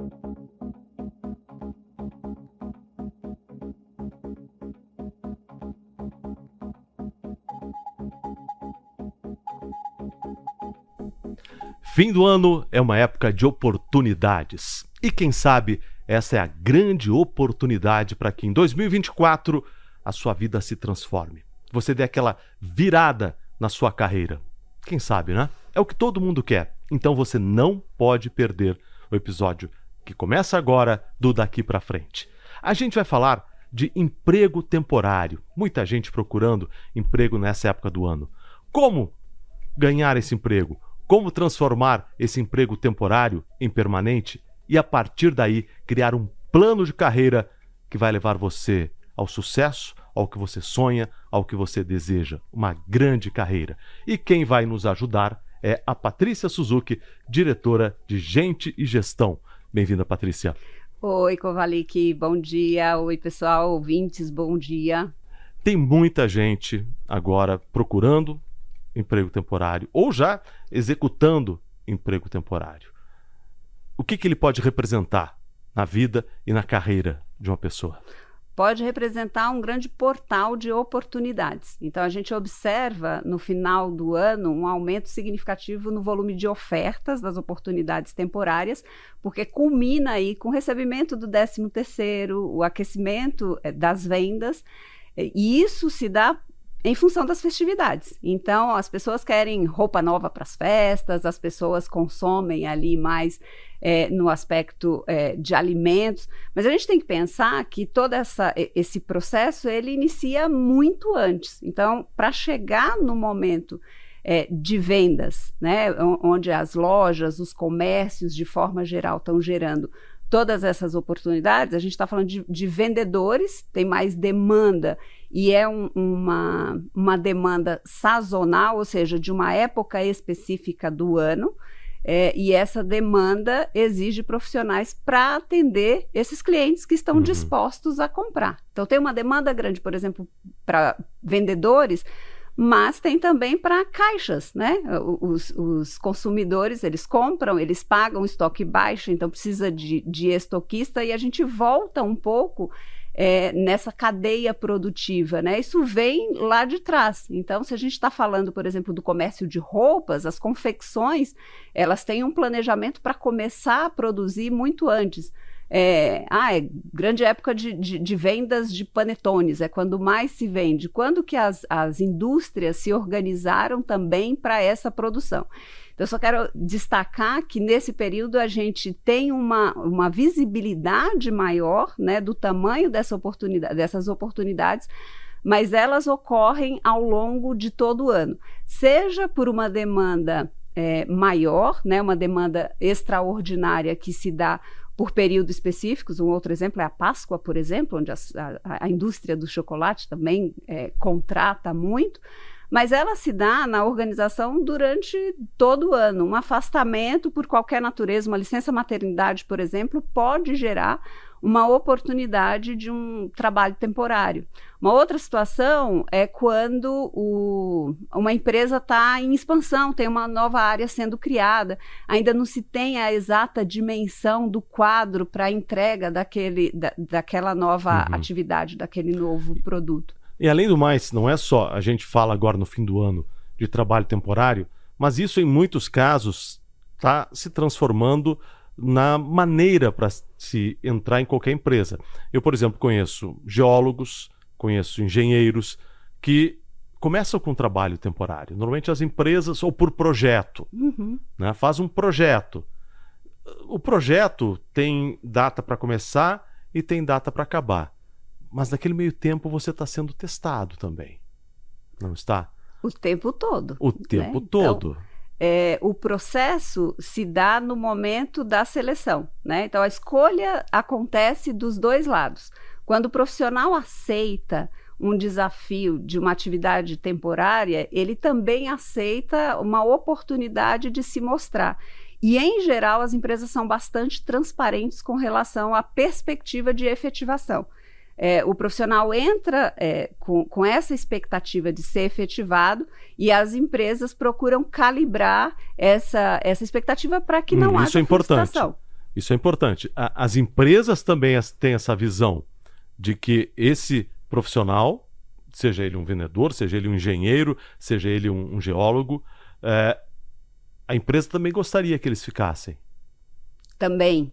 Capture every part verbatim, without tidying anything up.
Fim do ano é uma época de oportunidades. E quem sabe essa é a grande oportunidade para que em dois mil e vinte e quatro a sua vida se transforme. Você dê aquela virada na sua carreira. Quem sabe, né? É o que todo mundo quer. Então você não pode perder o episódio que começa agora do Daqui para Frente. A gente vai falar de emprego temporário. Muita gente procurando emprego nessa época do ano. Como ganhar esse emprego? Como transformar esse emprego temporário em permanente e, a partir daí, criar um plano de carreira que vai levar você ao sucesso, ao que você sonha, ao que você deseja. Uma grande carreira. E quem vai nos ajudar é a Patrícia Suzuki, diretora de Gente e Gestão. Bem-vinda, Patrícia. Oi, Kovalik, bom dia. Oi, pessoal, ouvintes, bom dia. Tem muita gente agora procurando emprego temporário ou já executando emprego temporário. O que que ele pode representar na vida e na carreira de uma pessoa? Pode representar um grande portal de oportunidades. Então, a gente observa no final do ano um aumento significativo no volume de ofertas das oportunidades temporárias, porque culmina aí com o recebimento do décimo terceiro, o aquecimento eh, das vendas, e isso se dá em função das festividades. Então, as pessoas querem roupa nova para as festas, as pessoas consomem ali mais é, no aspecto é, de alimentos, mas a gente tem que pensar que todo essa, esse processo, ele inicia muito antes. Então, para chegar no momento é, de vendas, né, onde as lojas, os comércios, de forma geral, estão gerando todas essas oportunidades, a gente está falando de, de vendedores, tem mais demanda e é um, uma, uma demanda sazonal, ou seja, de uma época específica do ano, é, e essa demanda exige profissionais para atender esses clientes que estão uhum. dispostos a comprar. Então tem uma demanda grande, por exemplo, para vendedores, mas tem também para caixas, né? Os, os consumidores, eles compram, eles pagam estoque baixo, então precisa de, de estoquista, e a gente volta um pouco é, nessa cadeia produtiva, né? Isso vem lá de trás. Então, se a gente está falando, por exemplo, do comércio de roupas, as confecções, elas têm um planejamento para começar a produzir muito antes. É, ah, é grande época de, de, de vendas de panetones, é quando mais se vende. Quando que as, as indústrias se organizaram também para essa produção? Então, eu só quero destacar que nesse período a gente tem uma, uma visibilidade maior, né, do tamanho dessa oportunidade, dessas oportunidades, mas elas ocorrem ao longo de todo o ano. Seja por uma demanda é, maior, né, uma demanda extraordinária que se dá por períodos específicos. Um outro exemplo é a Páscoa, por exemplo, onde a, a, a indústria do chocolate também é, contrata muito, mas ela se dá na organização durante todo o ano. Um afastamento por qualquer natureza, uma licença maternidade, por exemplo, pode gerar uma oportunidade de um trabalho temporário. Uma outra situação é quando o, uma empresa está em expansão, tem uma nova área sendo criada, ainda não se tem a exata dimensão do quadro para a entrega daquele, da, daquela nova uhum. atividade, daquele novo produto. E além do mais, não é só, a gente fala agora no fim do ano de trabalho temporário, mas isso em muitos casos está se transformando na maneira para se entrar em qualquer empresa. Eu, por exemplo, conheço geólogos, conheço engenheiros que começam com trabalho temporário. Normalmente as empresas, ou por projeto, uhum. né, faz um projeto. O projeto tem data para começar e tem data para acabar. Mas naquele meio tempo você está sendo testado também. Não está? O tempo todo. O tempo né? todo. Então... É, o processo se dá no momento da seleção, né? Então a escolha acontece dos dois lados. Quando o profissional aceita um desafio de uma atividade temporária, ele também aceita uma oportunidade de se mostrar. E, em geral, as empresas são bastante transparentes com relação à perspectiva de efetivação. É, o profissional entra é, com, com essa expectativa de ser efetivado e as empresas procuram calibrar essa, essa expectativa para que não hum, haja isso é importante. frustração. Isso é importante. A, as empresas também as, têm essa visão de que esse profissional, seja ele um vendedor, seja ele um engenheiro, seja ele um, um geólogo, é, a empresa também gostaria que eles ficassem. Também.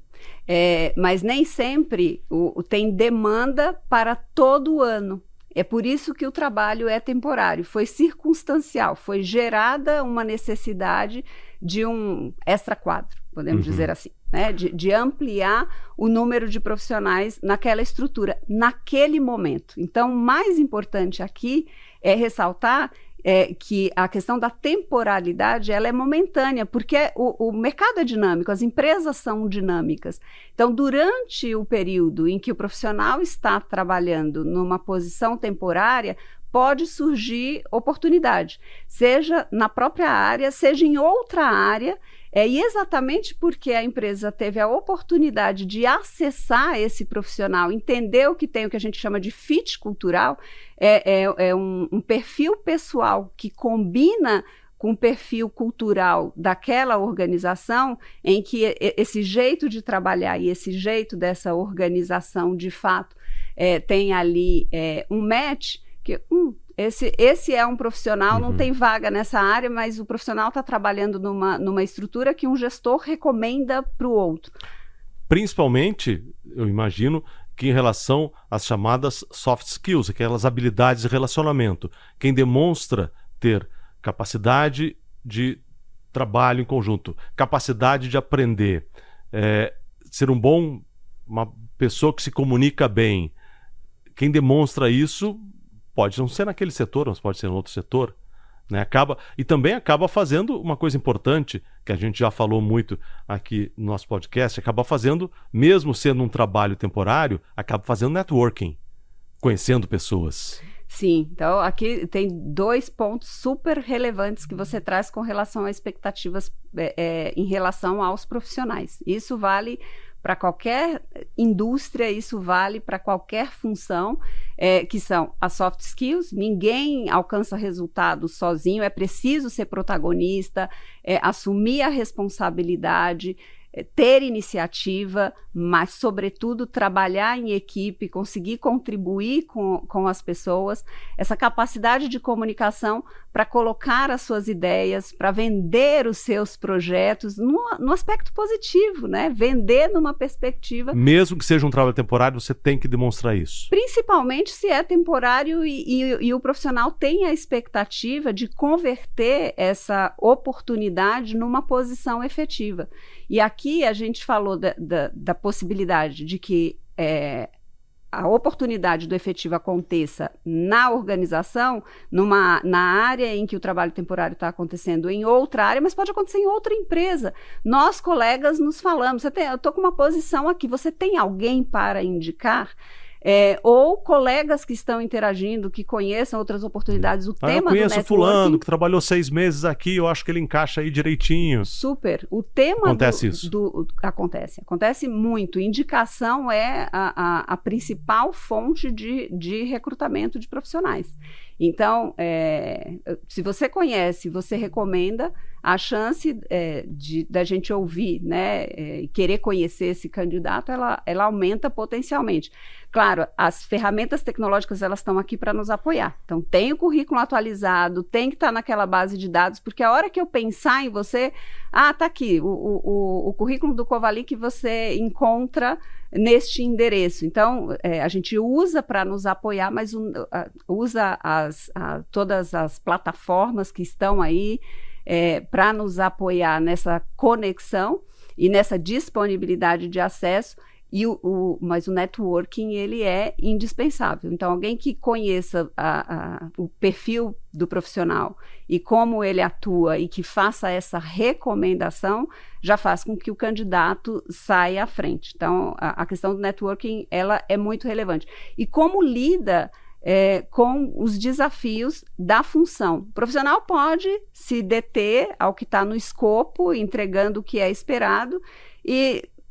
É, mas nem sempre o, o, tem demanda para todo o ano. É por isso que o trabalho é temporário. Foi circunstancial, foi gerada uma necessidade de um extra quadro, podemos uhum. dizer assim, né? de, de ampliar o número de profissionais naquela estrutura, naquele momento. Então, o mais importante aqui é ressaltar É, que a questão da temporalidade ela é momentânea, porque o, o mercado é dinâmico, as empresas são dinâmicas. Então, durante o período em que o profissional está trabalhando numa posição temporária, pode surgir oportunidade, seja na própria área, seja em outra área, é, e exatamente porque a empresa teve a oportunidade de acessar esse profissional, entender o que tem, o que a gente chama de fit cultural, é, é, é um, um perfil pessoal que combina com o perfil cultural daquela organização, em que esse jeito de trabalhar e esse jeito dessa organização, de fato, é, tem ali é, um match, que hum, esse, esse é um profissional, uhum. não tem vaga nessa área, mas o profissional está trabalhando numa, numa estrutura que um gestor recomenda para o outro. Principalmente, eu imagino, que em relação às chamadas soft skills, aquelas habilidades de relacionamento. Quem demonstra ter capacidade de trabalho em conjunto, capacidade de aprender, é, ser um bom, uma pessoa que se comunica bem. Quem demonstra isso pode não ser naquele setor, mas pode ser em outro setor, né? Acaba, e também acaba fazendo uma coisa importante, que a gente já falou muito aqui no nosso podcast, acaba fazendo, mesmo sendo um trabalho temporário, acaba fazendo networking, conhecendo pessoas. Sim, então aqui tem dois pontos super relevantes que você traz com relação a expectativas é, é, em relação aos profissionais. Isso vale para qualquer indústria, isso vale para qualquer função, é, que são as soft skills. Ninguém alcança resultado sozinho, é preciso ser protagonista, é, assumir a responsabilidade, é, ter iniciativa, mas, sobretudo, trabalhar em equipe, conseguir contribuir com, com as pessoas, essa capacidade de comunicação para colocar as suas ideias, para vender os seus projetos no, no aspecto positivo, né? Vender numa perspectiva... Mesmo que seja um trabalho temporário, você tem que demonstrar isso. Principalmente se é temporário e, e, e o profissional tem a expectativa de converter essa oportunidade numa posição efetiva. E aqui a gente falou da, da, da possibilidade de que é, a oportunidade do efetivo aconteça na organização, numa, na área em que o trabalho temporário está acontecendo, em outra área, mas pode acontecer em outra empresa. Nós, colegas, nos falamos, você tem, eu estou com uma posição aqui, você tem alguém para indicar? É, ou colegas que estão interagindo, que conheçam outras oportunidades, o ah, tema eu conheço do networking, fulano que trabalhou seis meses aqui, eu acho que ele encaixa aí direitinho. Super. O tema acontece do, isso? Do, acontece, acontece muito. Indicação é a, a, a principal fonte de, de recrutamento de profissionais. Então, é, se você conhece, você recomenda, a chance é, de da gente ouvir, né, é, querer conhecer esse candidato, ela, ela aumenta potencialmente. Claro, as ferramentas tecnológicas, elas estão aqui para nos apoiar. Então, tem o currículo atualizado, tem que estar naquela base de dados, porque a hora que eu pensar em você, ah, tá aqui, o, o, o currículo do Covali que você encontra neste endereço. Então, é, a gente usa para nos apoiar, mas um, a, usa as, a, todas as plataformas que estão aí é, para nos apoiar nessa conexão e nessa disponibilidade de acesso. E o, o, mas o networking, ele é indispensável. Então, alguém que conheça a, a, o perfil do profissional e como ele atua e que faça essa recomendação, já faz com que o candidato saia à frente. Então, a, a questão do networking, ela é muito relevante. E como lida é, com os desafios da função? O profissional pode se deter ao que está no escopo, entregando o que é esperado, e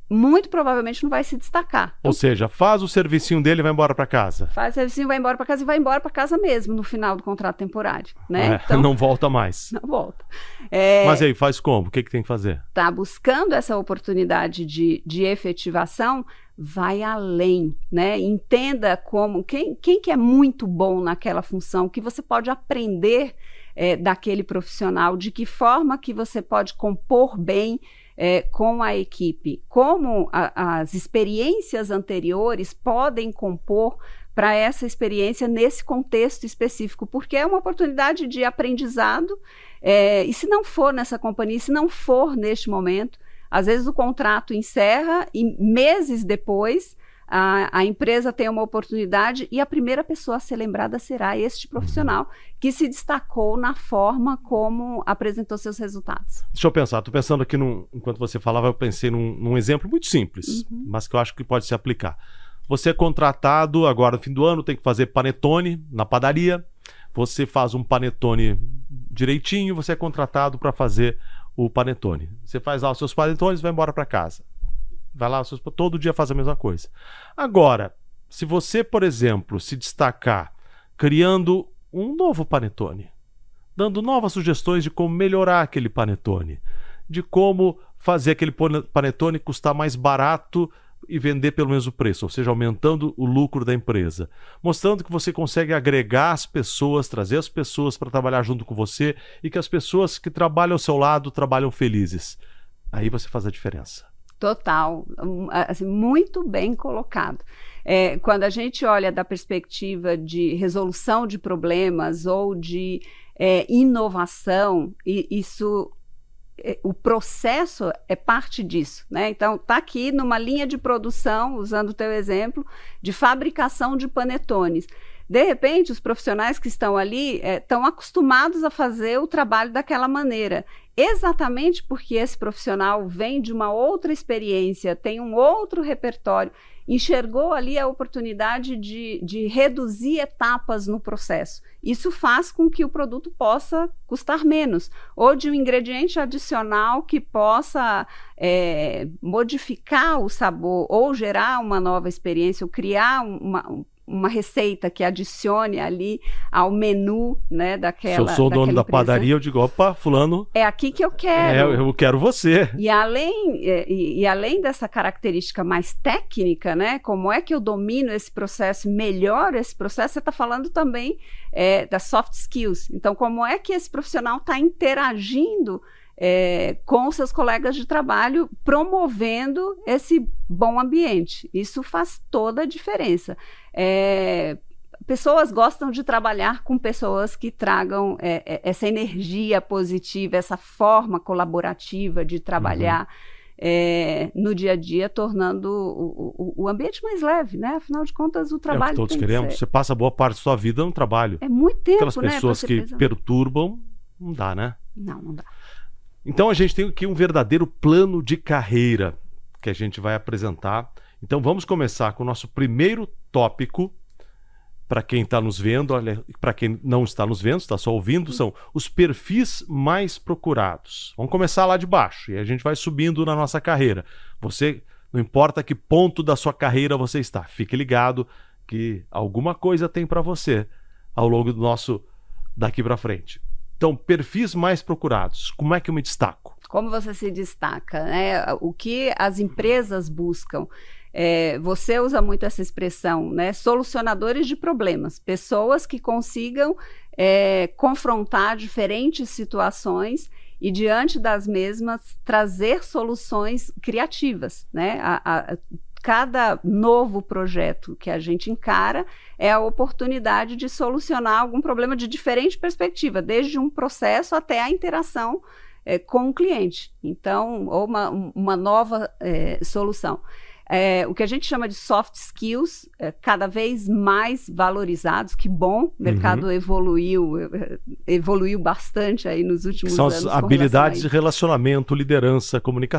muito provavelmente não vai se destacar. Ou então, seja, faz o servicinho dele e vai embora para casa. Faz o servicinho, vai embora para casa e vai embora para casa mesmo no final do contrato temporário. Né? É, então, não volta mais. Não volta. É, Mas aí, faz como? O que, que tem que fazer? Está buscando essa oportunidade de, de efetivação, vai além, né? Entenda como, quem, quem que é muito bom naquela função, que você pode aprender é, daquele profissional, de que forma que você pode compor bem É, com a equipe, como a, as experiências anteriores podem compor para essa experiência nesse contexto específico, porque é uma oportunidade de aprendizado, é, e se não for nessa companhia, se não for neste momento, às vezes o contrato encerra e meses depois A, a empresa tem uma oportunidade e a primeira pessoa a ser lembrada será este profissional que se destacou na forma como apresentou seus resultados. Deixa eu pensar, estou pensando aqui, num, enquanto você falava, eu pensei num, num exemplo muito simples, uhum. mas que eu acho que pode se aplicar. Você é contratado agora no fim do ano, tem que fazer panetone na padaria, você faz um panetone direitinho, você é contratado para fazer o panetone. Você faz lá os seus panetones e vai embora para casa. Vai lá, todo dia faz a mesma coisa. Agora, se você, por exemplo, se destacar criando um novo panetone, dando novas sugestões de como melhorar aquele panetone, de como fazer aquele panetone custar mais barato e vender pelo mesmo preço, ou seja, aumentando o lucro da empresa, mostrando que você consegue agregar as pessoas, trazer as pessoas para trabalhar junto com você e que as pessoas que trabalham ao seu lado trabalham felizes. Aí você faz a diferença. Total, assim, muito bem colocado. É, quando a gente olha da perspectiva de resolução de problemas ou de é, inovação, e isso, é, o processo é parte disso, né? Então, está aqui numa linha de produção, usando o teu exemplo, de fabricação de panetones. De repente, os profissionais que estão ali estão é, acostumados a fazer o trabalho daquela maneira, exatamente porque esse profissional vem de uma outra experiência, tem um outro repertório, enxergou ali a oportunidade de, de reduzir etapas no processo. Isso faz com que o produto possa custar menos, ou de um ingrediente adicional que possa é, modificar o sabor, ou gerar uma nova experiência, ou criar uma... uma receita que adicione ali ao menu, né, daquela Se eu sou o dono da empresa. Padaria, eu digo, opa, fulano... É aqui que eu quero. É, eu quero você. E além, e, e além dessa característica mais técnica, né, como é que eu domino esse processo, melhoro esse processo, você está falando também é, das soft skills. Então, como é que esse profissional está interagindo É, com seus colegas de trabalho, promovendo esse bom ambiente. Isso faz toda a diferença. É, pessoas gostam de trabalhar com pessoas que tragam é, é, essa energia positiva, essa forma colaborativa de trabalhar uhum. é, no dia a dia, tornando o, o, o ambiente mais leve, né? Afinal de contas, o trabalho é o que todos tem queremos. Que ser... Você passa boa parte da sua vida no trabalho. É muito tempo, Aquelas né? pessoas que precisa... perturbam, não dá, né? Não, não dá. Então a gente tem aqui um verdadeiro plano de carreira que a gente vai apresentar. Então vamos começar com o nosso primeiro tópico. Para quem está nos vendo, para quem não está nos vendo, está só ouvindo, são os perfis mais procurados. Vamos começar lá de baixo e a gente vai subindo na nossa carreira. Você, não importa que ponto da sua carreira você está, fique ligado que alguma coisa tem para você ao longo do nosso daqui para frente. Então, perfis mais procurados, como é que eu me destaco? Como você se destaca, né? O que as empresas buscam? É, você usa muito essa expressão, né? Solucionadores de problemas, pessoas que consigam é, confrontar diferentes situações e, diante das mesmas, trazer soluções criativas, né? A, a, Cada novo projeto que a gente encara é a oportunidade de solucionar algum problema de diferente perspectiva, desde um processo até a interação é, com o cliente. Então, ou uma, uma nova é, solução. É, o que a gente chama de soft skills, é, cada vez mais valorizados, que bom, o mercado uhum. evoluiu, evoluiu bastante aí nos últimos São anos. São as habilidades de relacionamento, liderança, comunicação.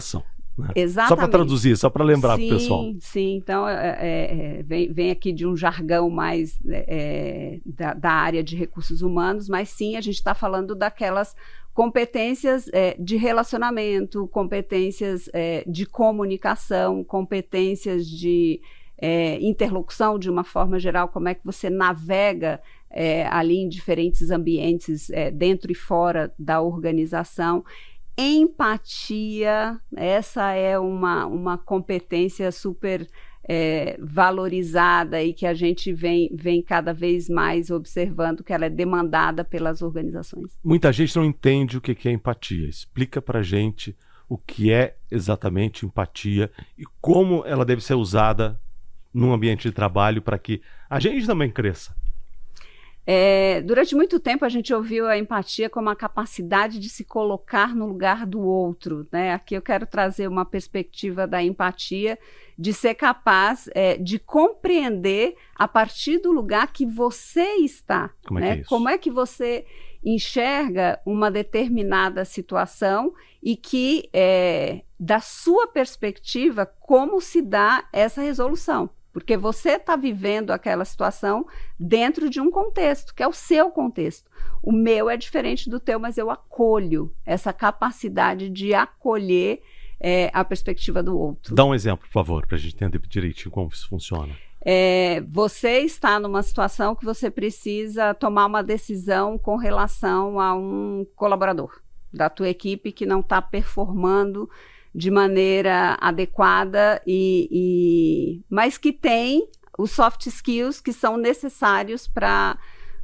Né? Exatamente. Só para traduzir, só para lembrar para o sim, pessoal. Sim, então é, é, vem, vem aqui de um jargão mais é, da, da área de recursos humanos, mas sim, a gente está falando daquelas competências é, de relacionamento, competências é, de comunicação, competências de é, interlocução de uma forma geral, como é que você navega é, ali em diferentes ambientes, é, dentro e fora da organização. Empatia, essa é uma, uma competência super é, valorizada e que a gente vem, vem cada vez mais observando que ela é demandada pelas organizações. Muita gente não entende o que é empatia. Explica pra gente o que é exatamente empatia e como ela deve ser usada num ambiente de trabalho para que a gente também cresça. É, durante muito tempo a gente ouviu a empatia como a capacidade de se colocar no lugar do outro, né? Aqui eu quero trazer uma perspectiva da empatia, de ser capaz é, de compreender a partir do lugar que você está. Como é né? que é isso? Como é que você enxerga uma determinada situação e que, é, da sua perspectiva, como se dá essa resolução. Porque você está vivendo aquela situação dentro de um contexto, que é o seu contexto. O meu é diferente do teu, mas eu acolho essa capacidade de acolher é, a perspectiva do outro. Dá um exemplo, por favor, para a gente entender direitinho como isso funciona. É, você está numa situação que você precisa tomar uma decisão com relação a um colaborador da tua equipe que não está performando de maneira adequada, e, e, mas que tem os soft skills que são necessários para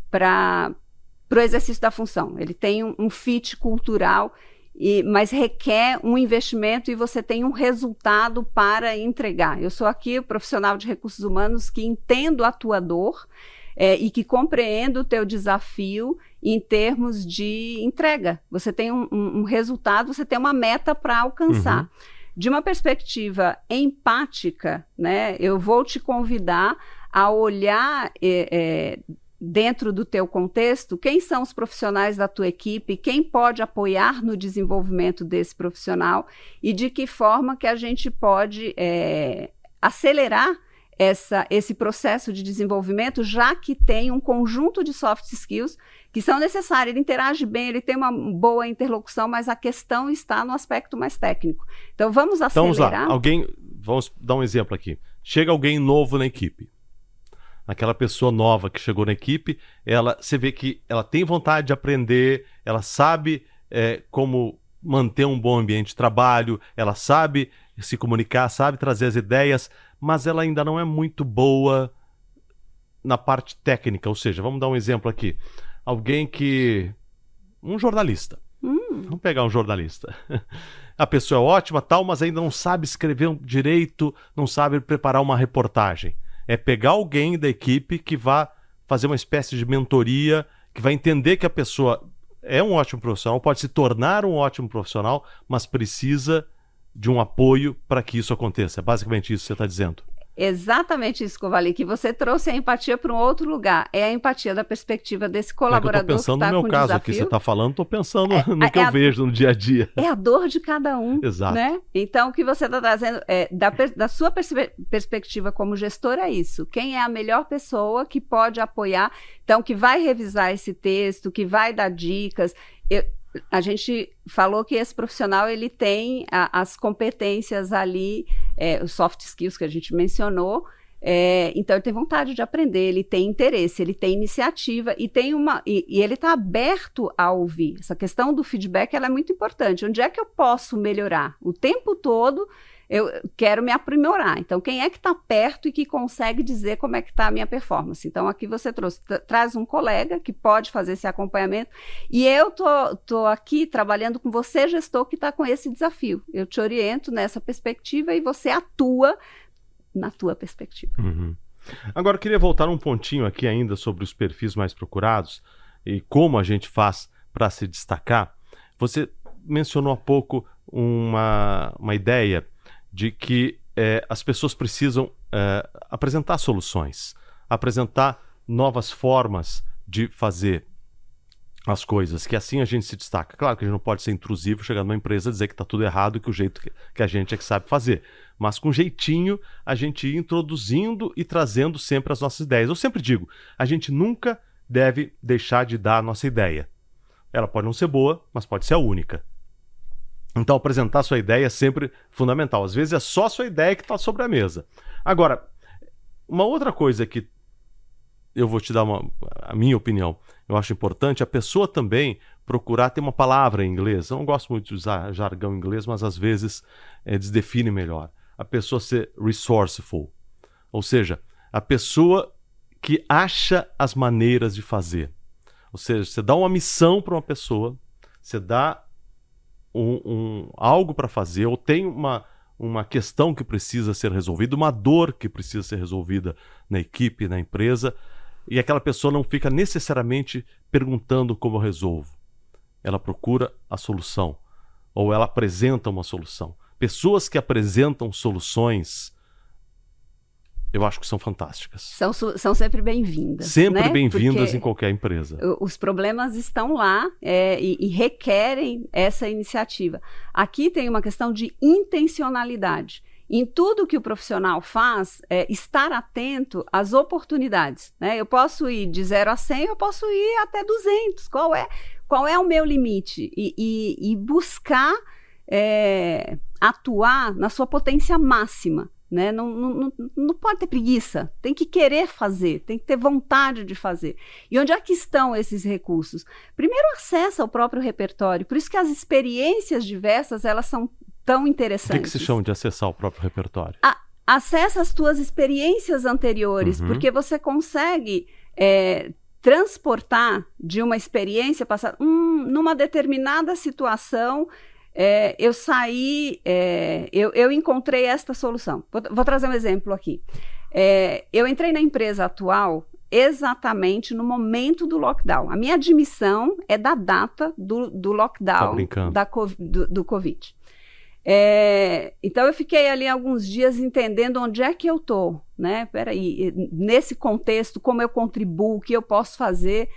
o exercício da função. Ele tem um, um fit cultural, e, mas requer um investimento e você tem um resultado para entregar. Eu sou aqui o profissional de recursos humanos que entendo a tua dor é, e que compreendo o teu desafio em termos de entrega. Você tem um, um, um resultado, você tem uma meta para alcançar. Uhum. De uma perspectiva empática, né, eu vou te convidar a olhar é, é, dentro do teu contexto, quem são os profissionais da tua equipe, quem pode apoiar no desenvolvimento desse profissional e de que forma que a gente pode é, acelerar Essa, esse processo de desenvolvimento, já que tem um conjunto de soft skills que são necessários. Ele interage bem, ele tem uma boa interlocução, mas a questão está no aspecto mais técnico. Então, vamos acelerar. Então, vamos lá. Alguém, vamos dar um exemplo aqui. Chega alguém novo na equipe. Aquela pessoa nova que chegou na equipe, ela, você vê que ela tem vontade de aprender, ela sabe é, como manter um bom ambiente de trabalho, ela sabe se comunicar, sabe trazer as ideias, mas ela ainda não é muito boa na parte técnica. Ou seja, vamos dar um exemplo aqui. Alguém que... Um jornalista. Hum. Vamos pegar um jornalista. A pessoa é ótima, tal, mas ainda não sabe escrever direito, não sabe preparar uma reportagem. É pegar alguém da equipe que vá fazer uma espécie de mentoria, que vai entender que a pessoa é um ótimo profissional, pode se tornar um ótimo profissional, mas precisa de um apoio para que isso aconteça. É basicamente isso que você está dizendo. Exatamente isso, Covali, que você trouxe a empatia para um outro lugar. É a empatia da perspectiva desse colaborador. É que eu estou pensando que tá no meu com caso desafio. aqui, você está falando, estou pensando é, no é que eu a, vejo no dia a dia. É a dor de cada um. Exato. Né? Então, o que você está trazendo, é, da, da sua perspe perspectiva como gestor, é isso. Quem é a melhor pessoa que pode apoiar, então, que vai revisar esse texto, que vai dar dicas. Eu, A gente falou que esse profissional ele tem a, as competências ali, é, os soft skills que a gente mencionou, é, então ele tem vontade de aprender, ele tem interesse, ele tem iniciativa e, tem uma, e, e ele está aberto a ouvir. Essa questão do feedback ela é muito importante. Onde é que eu posso melhorar? O tempo todo eu quero me aprimorar. Então, quem é que está perto e que consegue dizer como é que está a minha performance? Então, aqui você trouxe, traz um colega que pode fazer esse acompanhamento e eu tô, tô aqui trabalhando com você, gestor, que está com esse desafio. Eu te oriento nessa perspectiva e você atua na tua perspectiva. Uhum. Agora, eu queria voltar um pontinho aqui ainda sobre os perfis mais procurados e como a gente faz para se destacar. Você mencionou há pouco uma, uma ideia de que eh, as pessoas precisam eh, apresentar soluções, apresentar novas formas de fazer as coisas, que assim a gente se destaca. Claro que a gente não pode ser intrusivo, chegar numa empresa e dizer que está tudo errado, que o jeito que, que a gente é que sabe fazer. Mas com jeitinho, a gente ir introduzindo e trazendo sempre as nossas ideias. Eu sempre digo, a gente nunca deve deixar de dar a nossa ideia. Ela pode não ser boa, mas pode ser a única. Então, apresentar a sua ideia é sempre fundamental. Às vezes é só a sua ideia que está sobre a mesa. Agora, uma outra coisa que eu vou te dar uma, a minha opinião, eu acho importante a pessoa também procurar ter uma palavra em inglês. Eu não gosto muito de usar jargão em inglês, mas às vezes é, desdefine melhor. A pessoa ser resourceful, ou seja, a pessoa que acha as maneiras de fazer. Ou seja, você dá uma missão para uma pessoa, você dá um, um, algo para fazer, ou tem uma, uma questão que precisa ser resolvida, uma dor que precisa ser resolvida na equipe, na empresa, e aquela pessoa não fica necessariamente perguntando como eu resolvo. Ela procura a solução, ou ela apresenta uma solução. Pessoas que apresentam soluções, eu acho que são fantásticas. São, são sempre bem-vindas. Sempre né? bem-vindas Porque em qualquer empresa. Os problemas estão lá é, e, e requerem essa iniciativa. Aqui tem uma questão de intencionalidade. Em tudo que o profissional faz, é, estar atento às oportunidades. Né? Eu posso ir de zero a cem, eu posso ir até duzentos. Qual é, qual é o meu limite? E, e, e buscar é, atuar na sua potência máxima. Né? Não, não, não pode ter preguiça, tem que querer fazer, tem que ter vontade de fazer. E onde é que estão esses recursos? Primeiro, acessa o próprio repertório. Por isso que as experiências diversas, elas são tão interessantes. O que, que se chama de acessar o próprio repertório? A, acessa as tuas experiências anteriores, uhum. porque você consegue é, transportar de uma experiência passada, hum, numa determinada situação. É, eu saí, é, eu, eu encontrei esta solução. Vou, vou trazer um exemplo aqui. É, eu entrei na empresa atual exatamente no momento do lockdown. A minha admissão é da data do, do lockdown tá da, do, do Covid. É, então eu fiquei ali alguns dias entendendo onde é que eu estou, né? Peraí, nesse contexto, como eu contribuo, o que eu posso fazer.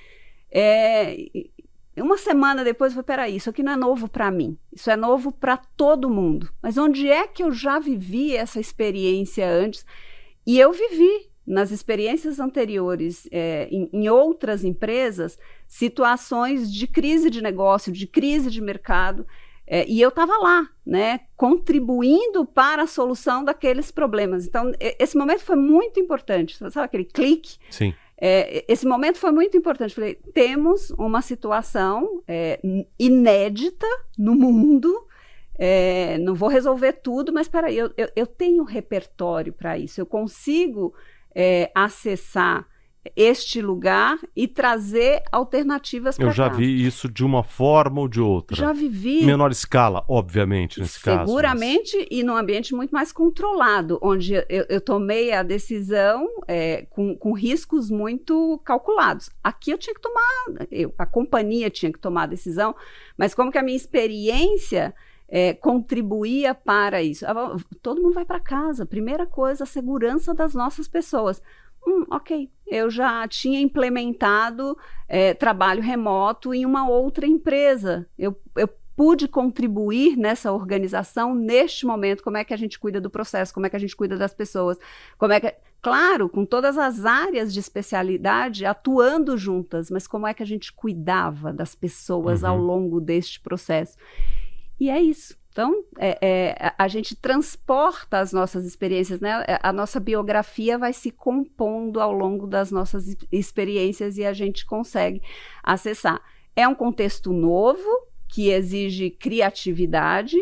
É, Uma semana depois, eu falei, peraí, isso aqui não é novo para mim, isso é novo para todo mundo. Mas onde é que eu já vivi essa experiência antes? E eu vivi, nas experiências anteriores, é, em, em outras empresas, situações de crise de negócio, de crise de mercado, é, e eu estava lá, né, contribuindo para a solução daqueles problemas. Então, esse momento foi muito importante, sabe aquele clique? Sim. É, esse momento foi muito importante. Falei, temos uma situação é, inédita no mundo, é, não vou resolver tudo, mas espera aí, eu, eu, eu tenho repertório para isso, eu consigo é, acessar este lugar e trazer alternativas para cá. Eu já vi isso de uma forma ou de outra. Já vivi. Em menor escala, obviamente, nesse caso. Seguramente, mas... e num ambiente muito mais controlado, onde eu, eu tomei a decisão é, com, com riscos muito calculados. Aqui eu tinha que tomar, eu, a companhia tinha que tomar a decisão, mas como que a minha experiência é, contribuía para isso? Todo mundo vai para casa. Primeira coisa, a segurança das nossas pessoas. Hum, ok, eu já tinha implementado é, trabalho remoto em uma outra empresa. Eu, eu pude contribuir nessa organização neste momento. Como é que a gente cuida do processo? Como é que a gente cuida das pessoas? Como é que... Claro, com todas as áreas de especialidade atuando juntas, mas como é que a gente cuidava das pessoas uhum. ao longo deste processo? E é isso. Então, é, é, a gente transporta as nossas experiências, né? A nossa biografia vai se compondo ao longo das nossas experiências e a gente consegue acessar. É um contexto novo, que exige criatividade,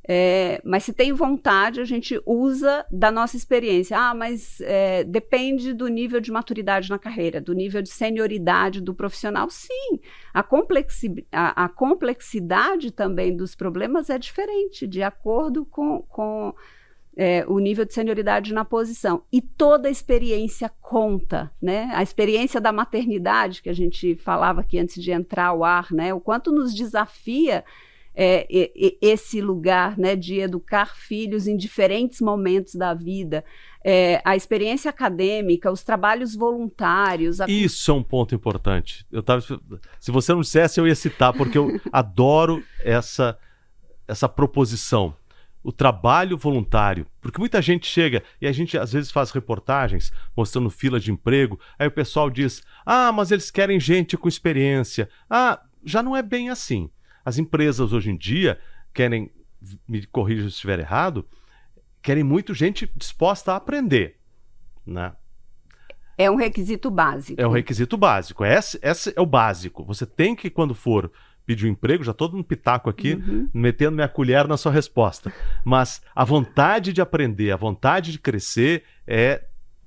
é, mas se tem vontade, a gente usa da nossa experiência. Ah, mas é, depende do nível de maturidade na carreira, do nível de senioridade do profissional. Sim, a, complexi a, a complexidade também dos problemas é diferente, de acordo com, com é, o nível de senioridade na posição. E toda a experiência conta, né? A experiência da maternidade, que a gente falava aqui antes de entrar ao ar, né? O quanto nos desafia é, é, esse lugar, né, de educar filhos em diferentes momentos da vida, é, a experiência acadêmica, os trabalhos voluntários. A... Isso é um ponto importante. Eu tava, se você não dissesse, eu ia citar, porque eu adoro essa, essa proposição. O trabalho voluntário, porque muita gente chega e a gente às vezes faz reportagens mostrando fila de emprego, aí o pessoal diz, ah, mas eles querem gente com experiência. Ah, já não é bem assim. As empresas hoje em dia querem, me corrija se estiver errado, querem muito gente disposta a aprender, né? É um requisito básico. É um requisito básico, esse, esse é o básico. Você tem que, quando for pedir um emprego, já todo um pitaco aqui, uhum. metendo minha colher na sua resposta. Mas a vontade de aprender, a vontade de crescer é,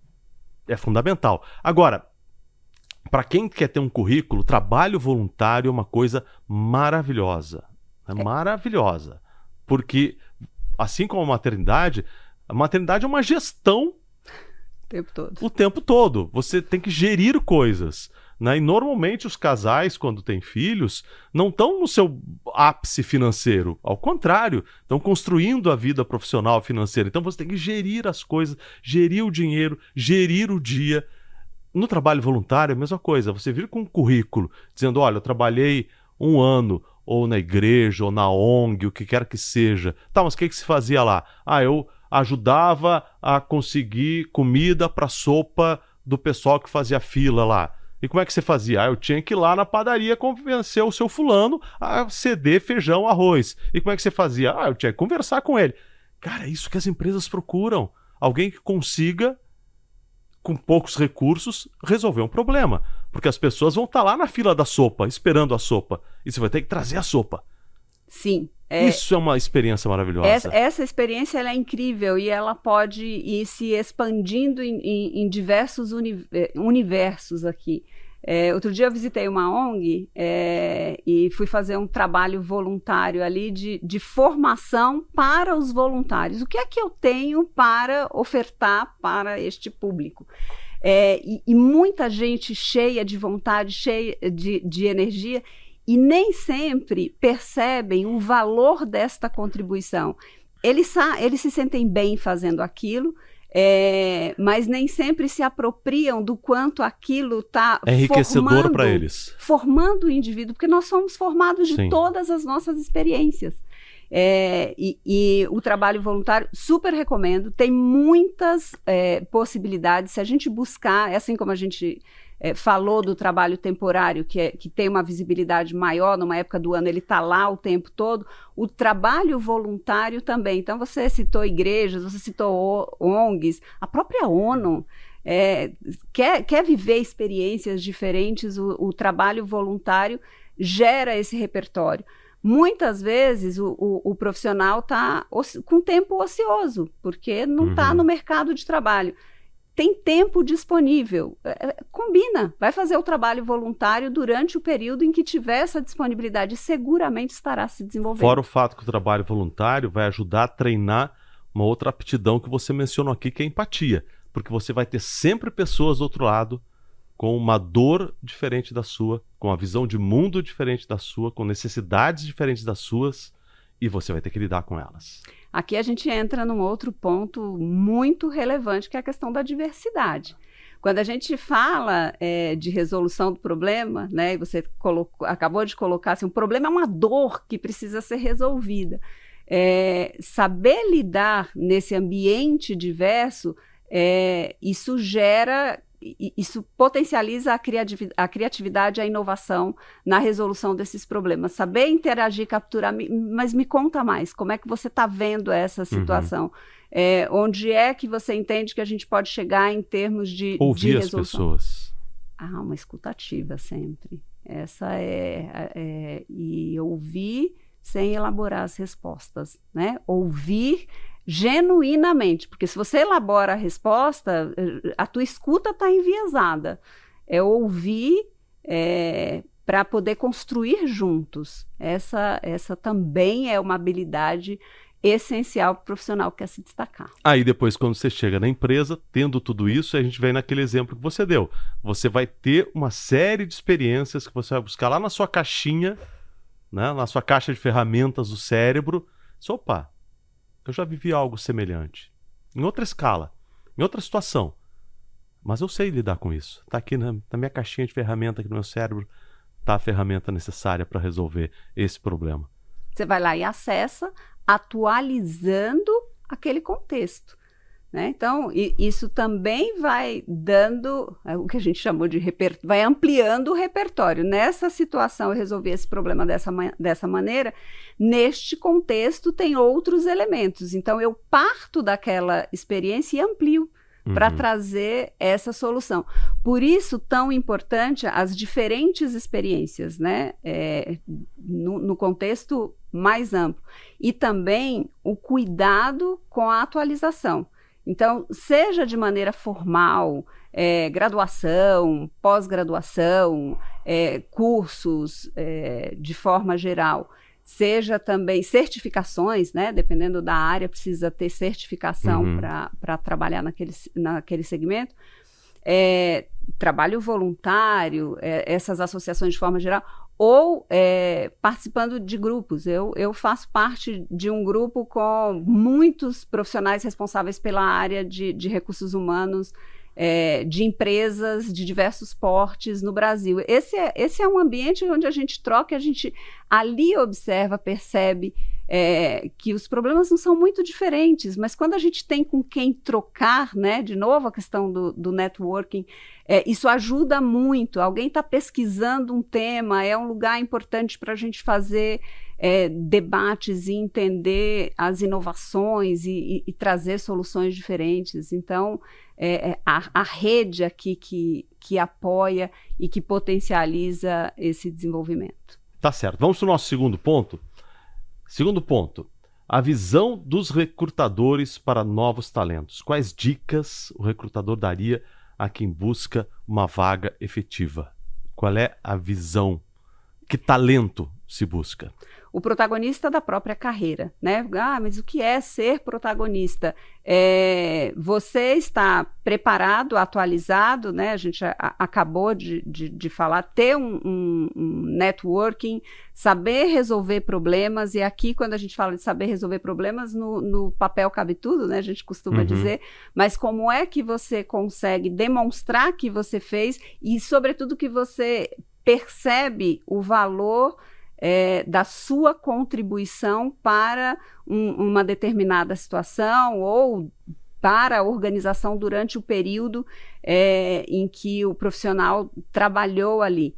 é fundamental. Agora, para quem quer ter um currículo, trabalho voluntário é uma coisa maravilhosa. É, é maravilhosa. Porque, assim como a maternidade, a maternidade é uma gestão o tempo todo. O tempo todo. Você tem que gerir coisas. Né? E normalmente os casais, quando têm filhos, não estão no seu ápice financeiro. Ao contrário, estão construindo a vida profissional financeira. Então você tem que gerir as coisas, gerir o dinheiro, gerir o dia. No trabalho voluntário é a mesma coisa. Você vir com um currículo dizendo, olha, eu trabalhei um ano ou na igreja, ou na O N G, o que quer que seja. Tá, mas o que, que se fazia lá? Ah, eu ajudava a conseguir comida para a sopa do pessoal que fazia fila lá. E como é que você fazia? Ah, eu tinha que ir lá na padaria convencer o seu fulano a ceder feijão, arroz. E como é que você fazia? Ah, eu tinha que conversar com ele. Cara, é isso que as empresas procuram. Alguém que consiga, com poucos recursos, resolver um problema. Porque as pessoas vão estar lá na fila da sopa, esperando a sopa. E você vai ter que trazer a sopa. Sim. É, Isso é uma experiência maravilhosa. Essa, essa experiência ela é incrível e ela pode ir se expandindo em, em, em diversos uni, universos aqui. É, outro dia eu visitei uma O N G é, e fui fazer um trabalho voluntário ali de, de formação para os voluntários. O que é que eu tenho para ofertar para este público? É, e, e muita gente cheia de vontade, cheia de, de energia, e nem sempre percebem o valor desta contribuição. Eles, eles se sentem bem fazendo aquilo, é, mas nem sempre se apropriam do quanto aquilo está é enriquecedor para eles. Formando o indivíduo, porque nós somos formados de Sim. todas as nossas experiências. É, e, e o trabalho voluntário, super recomendo, tem muitas é, possibilidades. Se a gente buscar, é assim como a gente é, falou do trabalho temporário, que, é, que tem uma visibilidade maior, numa época do ano ele está lá o tempo todo, o trabalho voluntário também. Então você citou igrejas, você citou O N Gs, a própria ONU é, quer, quer viver experiências diferentes, o, o trabalho voluntário gera esse repertório. Muitas vezes o, o, o profissional está com tempo ocioso, porque não está uhum. no mercado de trabalho. Tem tempo disponível, é, combina, vai fazer o trabalho voluntário durante o período em que tiver essa disponibilidade, seguramente estará se desenvolvendo. Fora o fato que o trabalho voluntário vai ajudar a treinar uma outra aptidão que você mencionou aqui, que é a empatia, porque você vai ter sempre pessoas do outro lado com uma dor diferente da sua, com uma visão de mundo diferente da sua, com necessidades diferentes das suas, e você vai ter que lidar com elas. Aqui a gente entra num outro ponto muito relevante, que é a questão da diversidade. Quando a gente fala é, de resolução do problema, né, e você colocou, acabou de colocar assim, o problema é uma dor que precisa ser resolvida. É, saber lidar nesse ambiente diverso, é, isso gera... Isso potencializa a criatividade, a criatividade e a inovação na resolução desses problemas. Saber interagir, capturar, mas me conta mais, como é que você está vendo essa situação? Uhum. É, onde é que você entende que a gente pode chegar em termos de, ouvir de resolução? Ouvir as pessoas. Ah, uma escutativa sempre. Essa é, é... E ouvir sem elaborar as respostas, né? Ouvir genuinamente, porque se você elabora a resposta, a tua escuta está enviesada. É ouvir é, para poder construir juntos. Essa, essa também é uma habilidade essencial para o profissional que quer se destacar. Aí depois, quando você chega na empresa, tendo tudo isso, a gente vem naquele exemplo que você deu. Você vai ter uma série de experiências que você vai buscar lá na sua caixinha né, na sua caixa de ferramentas do cérebro, diz, opa, eu já vivi algo semelhante, em outra escala, em outra situação, mas eu sei lidar com isso. Está aqui na, na minha caixinha de ferramenta, aqui no meu cérebro, está a ferramenta necessária para resolver esse problema. Você vai lá e acessa, atualizando aquele contexto, né? Então, isso também vai dando, é, o que a gente chamou de repertório, vai ampliando o repertório. Nessa situação, eu resolvi esse problema dessa, dessa maneira, neste contexto tem outros elementos. Então, eu parto daquela experiência e amplio uhum. para trazer essa solução. Por isso, tão importante as diferentes experiências, né? É, no, no contexto mais amplo. E também o cuidado com a atualização. Então, seja de maneira formal, é, graduação, pós-graduação, é, cursos é, de forma geral, seja também certificações, né? Dependendo da área, precisa ter certificação uhum. para trabalhar naquele, naquele segmento. É, trabalho voluntário, é, essas associações de forma geral, ou é, participando de grupos. Eu, eu faço parte de um grupo com muitos profissionais responsáveis pela área de, de recursos humanos, é, de empresas de diversos portes no Brasil. Esse é, esse é um ambiente onde a gente troca, a gente ali observa, percebe é, que os problemas não são muito diferentes, mas quando a gente tem com quem trocar, né, de novo a questão do, do networking, é, isso ajuda muito. Alguém está pesquisando um tema, é um lugar importante para a gente fazer é, debates e entender as inovações e, e, e trazer soluções diferentes. Então, é, a, a rede aqui que, que apoia e que potencializa esse desenvolvimento. Tá certo. Vamos para o nosso segundo ponto. Segundo ponto, a visão dos recrutadores para novos talentos. Quais dicas o recrutador daria a quem busca uma vaga efetiva? Qual é a visão? Que talento se busca? O protagonista da própria carreira, né? Ah, mas o que é ser protagonista? É, você está preparado, atualizado, né? A gente a, a, acabou de, de, de falar, ter um, um, um networking, saber resolver problemas, e aqui quando a gente fala de saber resolver problemas, no, no papel cabe tudo, né? A gente costuma uhum. dizer, mas como é que você consegue demonstrar que você fez e, sobretudo, que você percebe o valor É, da sua contribuição para um, uma determinada situação ou para a organização durante o período é, em que o profissional trabalhou ali.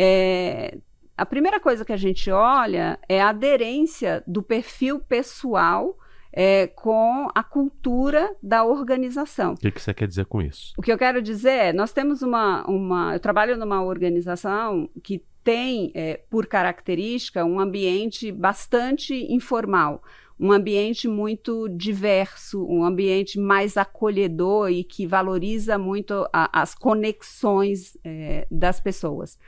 É, a primeira coisa que a gente olha é a aderência do perfil pessoal É, com a cultura da organização. O que, que você quer dizer com isso? O que eu quero dizer é, nós temos uma... uma eu trabalho numa organização que tem, é, por característica, um ambiente bastante informal, um ambiente muito diverso, um ambiente mais acolhedor e que valoriza muito a, as conexões é, das pessoas.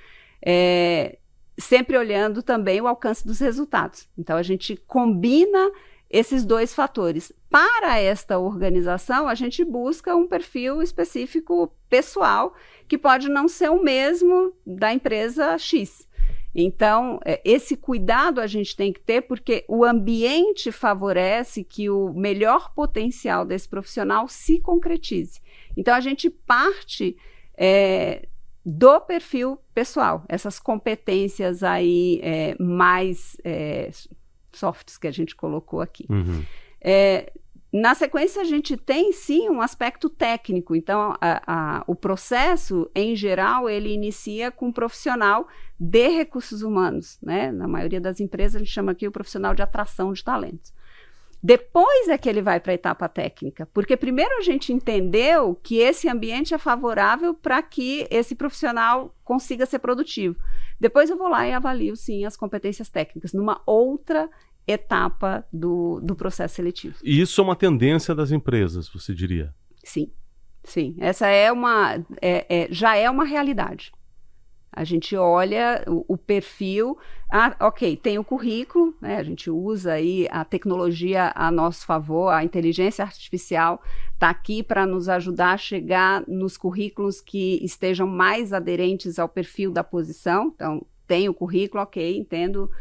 É, sempre olhando também o alcance dos resultados. Então, a gente combina esses dois fatores. Para esta organização, a gente busca um perfil específico pessoal, que pode não ser o mesmo da empresa X. Então, esse cuidado a gente tem que ter, porque o ambiente favorece que o melhor potencial desse profissional se concretize. Então, a gente parte é, do perfil pessoal, essas competências aí é, mais... É, softs que a gente colocou aqui. Uhum. É, na sequência, a gente tem, sim, um aspecto técnico. Então, a, a, o processo, em geral, ele inicia com um profissional de recursos humanos, né? Na maioria das empresas, a gente chama aqui o profissional de atração de talentos. Depois é que ele vai para a etapa técnica, porque primeiro a gente entendeu que esse ambiente é favorável para que esse profissional consiga ser produtivo. Depois eu vou lá e avalio, sim, as competências técnicas, numa outra etapa do, do processo seletivo. E isso é uma tendência das empresas, você diria? Sim, sim. Essa é uma, é, é, já é uma realidade. A gente olha o, o perfil, ah, ok, tem o currículo, né? A gente usa aí a tecnologia a nosso favor, a inteligência artificial está aqui para nos ajudar a chegar nos currículos que estejam mais aderentes ao perfil da posição. Então, tem o currículo, ok, entendo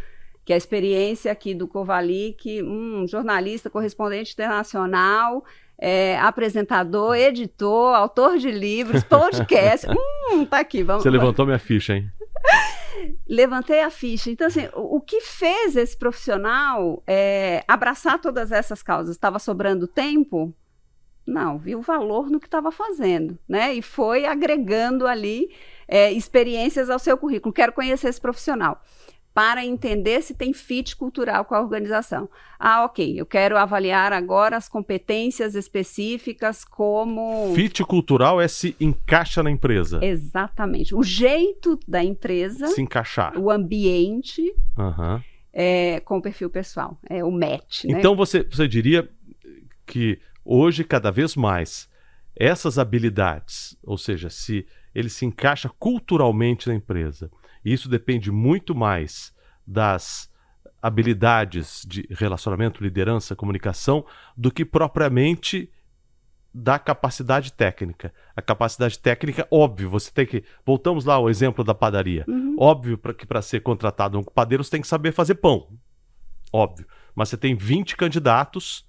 que a experiência aqui do Kovalik, um jornalista, correspondente internacional, é, apresentador, editor, autor de livros, podcast, hum, tá aqui, vamos. Você levantou minha ficha, hein? Levantei a ficha. Então, assim, o, o que fez esse profissional é, abraçar todas essas causas? Estava sobrando tempo? Não, viu o valor no que estava fazendo, né? E foi agregando ali é, experiências ao seu currículo. Quero conhecer esse profissional para entender se tem fit cultural com a organização. Ah, ok, eu quero avaliar agora as competências específicas como... Fit cultural é se encaixa na empresa. Exatamente. O jeito da empresa... Se encaixar. O ambiente Uhum. é, com o perfil pessoal. É o match, né? Então você, você diria que hoje, cada vez mais, essas habilidades, ou seja, se ele se encaixa culturalmente na empresa, e isso depende muito mais das habilidades de relacionamento, liderança, comunicação, do que propriamente da capacidade técnica. A capacidade técnica, óbvio, você tem que... Voltamos lá ao exemplo da padaria. Uhum. Óbvio pra, que para ser contratado um padeiro, você tem que saber fazer pão. Óbvio. Mas você tem vinte candidatos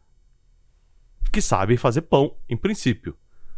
que sabem fazer pão, em princípio.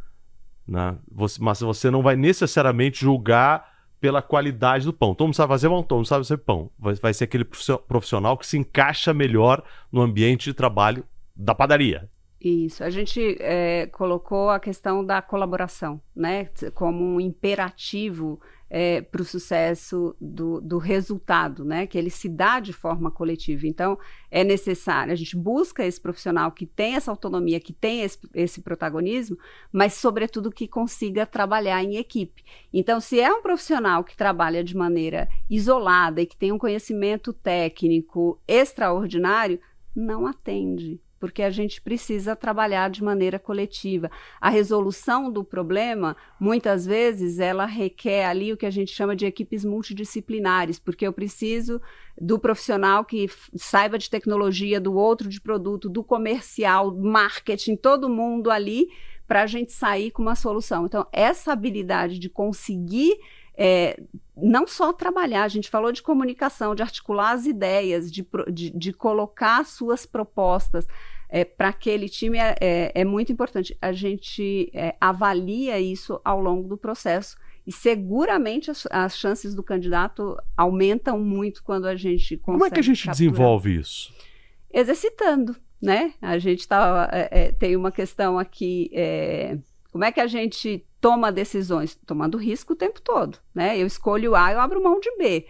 Né? Você, mas você não vai necessariamente julgar pela qualidade do pão. Todo mundo sabe fazer pão, todo mundo sabe fazer pão. Vai, vai ser aquele profissional que se encaixa melhor no ambiente de trabalho da padaria. Isso, a gente é, colocou a questão da colaboração, né, como um imperativo é, para o sucesso do, do resultado, né, que ele se dá de forma coletiva. Então, é necessário, a gente busca esse profissional que tem essa autonomia, que tem esse, esse protagonismo, mas, sobretudo, que consiga trabalhar em equipe. Então, se é um profissional que trabalha de maneira isolada e que tem um conhecimento técnico extraordinário, não atende, porque a gente precisa trabalhar de maneira coletiva. A resolução do problema, muitas vezes, ela requer ali o que a gente chama de equipes multidisciplinares, porque eu preciso do profissional que saiba de tecnologia, do outro de produto, do comercial, marketing, todo mundo ali, para a gente sair com uma solução. Então, essa habilidade de conseguir É, não só trabalhar, a gente falou de comunicação, de articular as ideias, de, de, de colocar suas propostas é, para aquele time é, é, é muito importante. A gente é, avalia isso ao longo do processo e seguramente as, as chances do candidato aumentam muito quando a gente consegue. Como é que a gente capturar. desenvolve isso? Exercitando, né? A gente tá, é, é, tem uma questão aqui, é, como é que a gente toma decisões? Tomando risco o tempo todo, né? Eu escolho A, eu abro mão de B.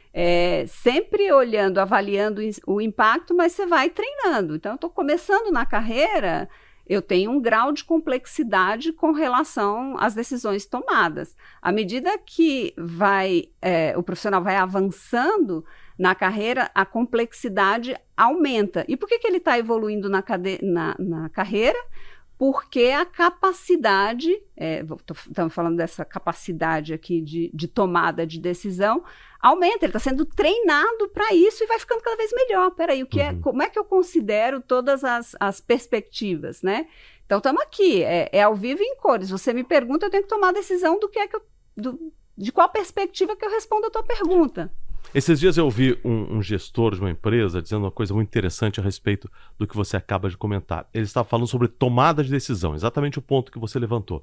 É, sempre olhando, avaliando o impacto, mas você vai treinando. Então, eu estou começando na carreira, eu tenho um grau de complexidade com relação às decisões tomadas. À medida que vai, é, o profissional vai avançando na carreira, a complexidade aumenta. E por que, que ele está evoluindo na, cade- na, na carreira? Porque a capacidade, é, estamos falando dessa capacidade aqui de, de tomada de decisão, aumenta, ele está sendo treinado para isso e vai ficando cada vez melhor. Peraí, o que é, como é que eu considero todas as, as perspectivas, né? Então, estamos aqui, é, é ao vivo e em cores. Você me pergunta, eu tenho que tomar a decisão do que é que eu, do, de qual perspectiva que eu respondo a tua pergunta. Esses dias eu ouvi um, um gestor de uma empresa dizendo uma coisa muito interessante a respeito do que você acaba de comentar. Ele estava falando sobre tomada de decisão, exatamente o ponto que você levantou.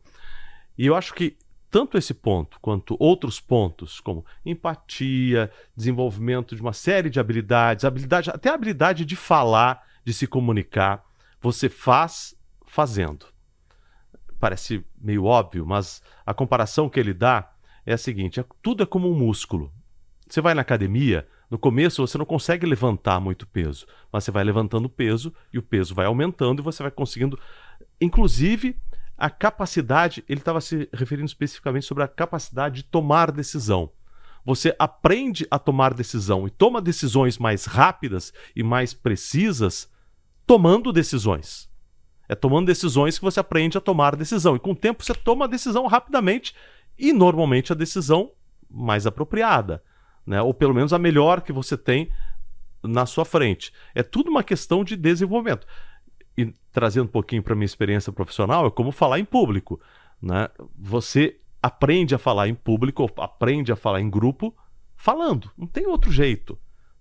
E eu acho que tanto esse ponto quanto outros pontos, como empatia, desenvolvimento de uma série de habilidades, habilidade, até a habilidade de falar, de se comunicar, você faz fazendo. Parece meio óbvio, mas a comparação que ele dá é a seguinte, é, tudo é como um músculo. Você vai na academia, no começo você não consegue levantar muito peso, mas você vai levantando peso e o peso vai aumentando e você vai conseguindo, inclusive a capacidade, ele estava se referindo especificamente sobre a capacidade de tomar decisão. Você aprende a tomar decisão e toma decisões mais rápidas e mais precisas tomando decisões. É tomando decisões que você aprende a tomar decisão e com o tempo você toma a decisão rapidamente e normalmente a decisão mais apropriada. Né? Ou pelo menos a melhor que você tem na sua frente. É tudo uma questão de desenvolvimento. E trazendo um pouquinho para a minha experiência profissional, é como falar em público. Né? Você aprende a falar em público, aprende a falar em grupo, falando. Não tem outro jeito.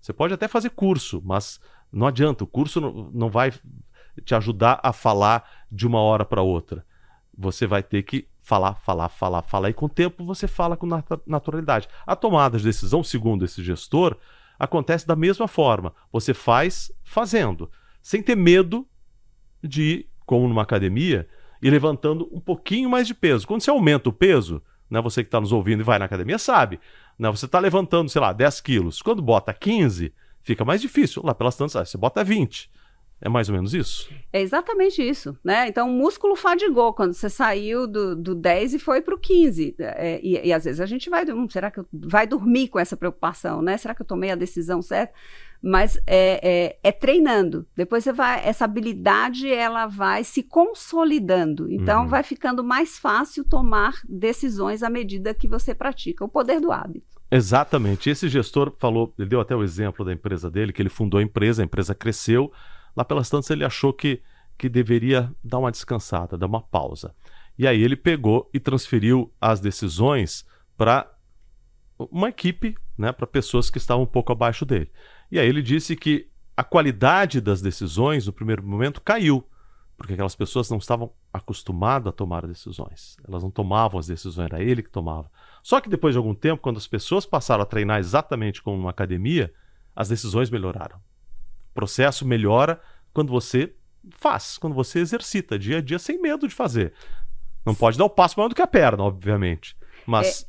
Você pode até fazer curso, mas não adianta, o curso não, não vai te ajudar a falar de uma hora para outra. Você vai ter que falar, falar, falar, falar, e com o tempo você fala com nat- naturalidade. A tomada de decisão, segundo esse gestor, acontece da mesma forma. Você faz fazendo, sem ter medo de ir, como numa academia, e levantando um pouquinho mais de peso. Quando você aumenta o peso, né, você que está nos ouvindo e vai na academia sabe, né, você está levantando, sei lá, dez quilos. Quando bota quinze, fica mais difícil. Lá pelas tantas, você bota vinte. É mais ou menos isso? É exatamente isso, né? Então, o músculo fadigou quando você saiu do, do dez e foi para o quinze. É, e, e às vezes a gente vai, hum, será que eu, vai dormir com essa preocupação, né? Será que eu tomei a decisão certa? Mas é, é, é treinando. Depois você vai, essa habilidade ela vai se consolidando. Então, uhum. vai ficando mais fácil tomar decisões à medida que você pratica. O poder do hábito. Exatamente. Esse gestor falou, ele deu até o exemplo da empresa dele, que ele fundou a empresa, a empresa cresceu. Lá pelas tantas ele achou que, que deveria dar uma descansada, dar uma pausa. E aí ele pegou e transferiu as decisões para uma equipe, né, para pessoas que estavam um pouco abaixo dele. E aí ele disse que a qualidade das decisões, no primeiro momento, caiu, porque aquelas pessoas não estavam acostumadas a tomar decisões. Elas não tomavam as decisões, era ele que tomava. Só que depois de algum tempo, quando as pessoas passaram a treinar exatamente como numa academia, as decisões melhoraram. O processo melhora quando você faz, quando você exercita dia a dia sem medo de fazer. Não pode dar o passo maior do que a perna, obviamente. Mas...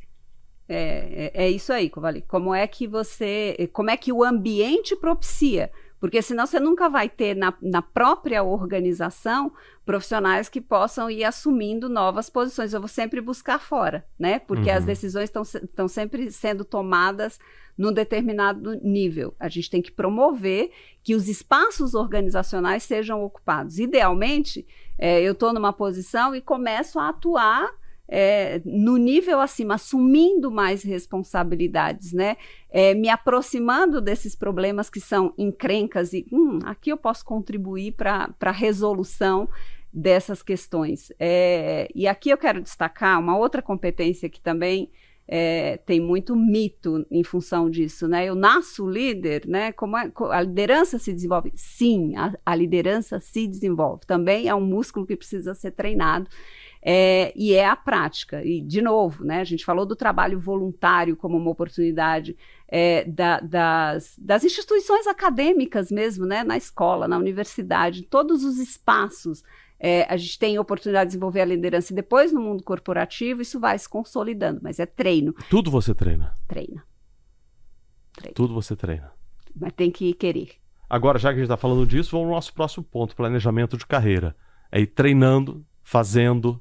É, é, é isso aí, Covali. Como é que você... Como é que o ambiente propicia? Porque senão você nunca vai ter na, na própria organização profissionais que possam ir assumindo novas posições. Eu vou sempre buscar fora, né? Porque uhum. as decisões estão sempre sendo tomadas num determinado nível. A gente tem que promover que os espaços organizacionais sejam ocupados. Idealmente, é, eu estou numa posição e começo a atuar É, no nível acima, assumindo mais responsabilidades, né? É, me aproximando desses problemas que são encrencas e hum, aqui eu posso contribuir para a resolução dessas questões. É, e aqui eu quero destacar uma outra competência que também é, tem muito mito em função disso, né? Eu nasço líder, né? Como é, a liderança se desenvolve? Sim, a, a liderança se desenvolve. Também é um músculo que precisa ser treinado. É, e é a prática, e de novo, né, a gente falou do trabalho voluntário como uma oportunidade é, da, das, das instituições acadêmicas mesmo, né, na escola, na universidade, todos os espaços, é, a gente tem oportunidade de desenvolver a liderança e depois no mundo corporativo isso vai se consolidando, mas é treino. Tudo você treina? Treina. treina. Tudo você treina. Mas tem que querer. Agora, já que a gente está falando disso, vamos ao nosso próximo ponto, planejamento de carreira. É ir treinando, fazendo...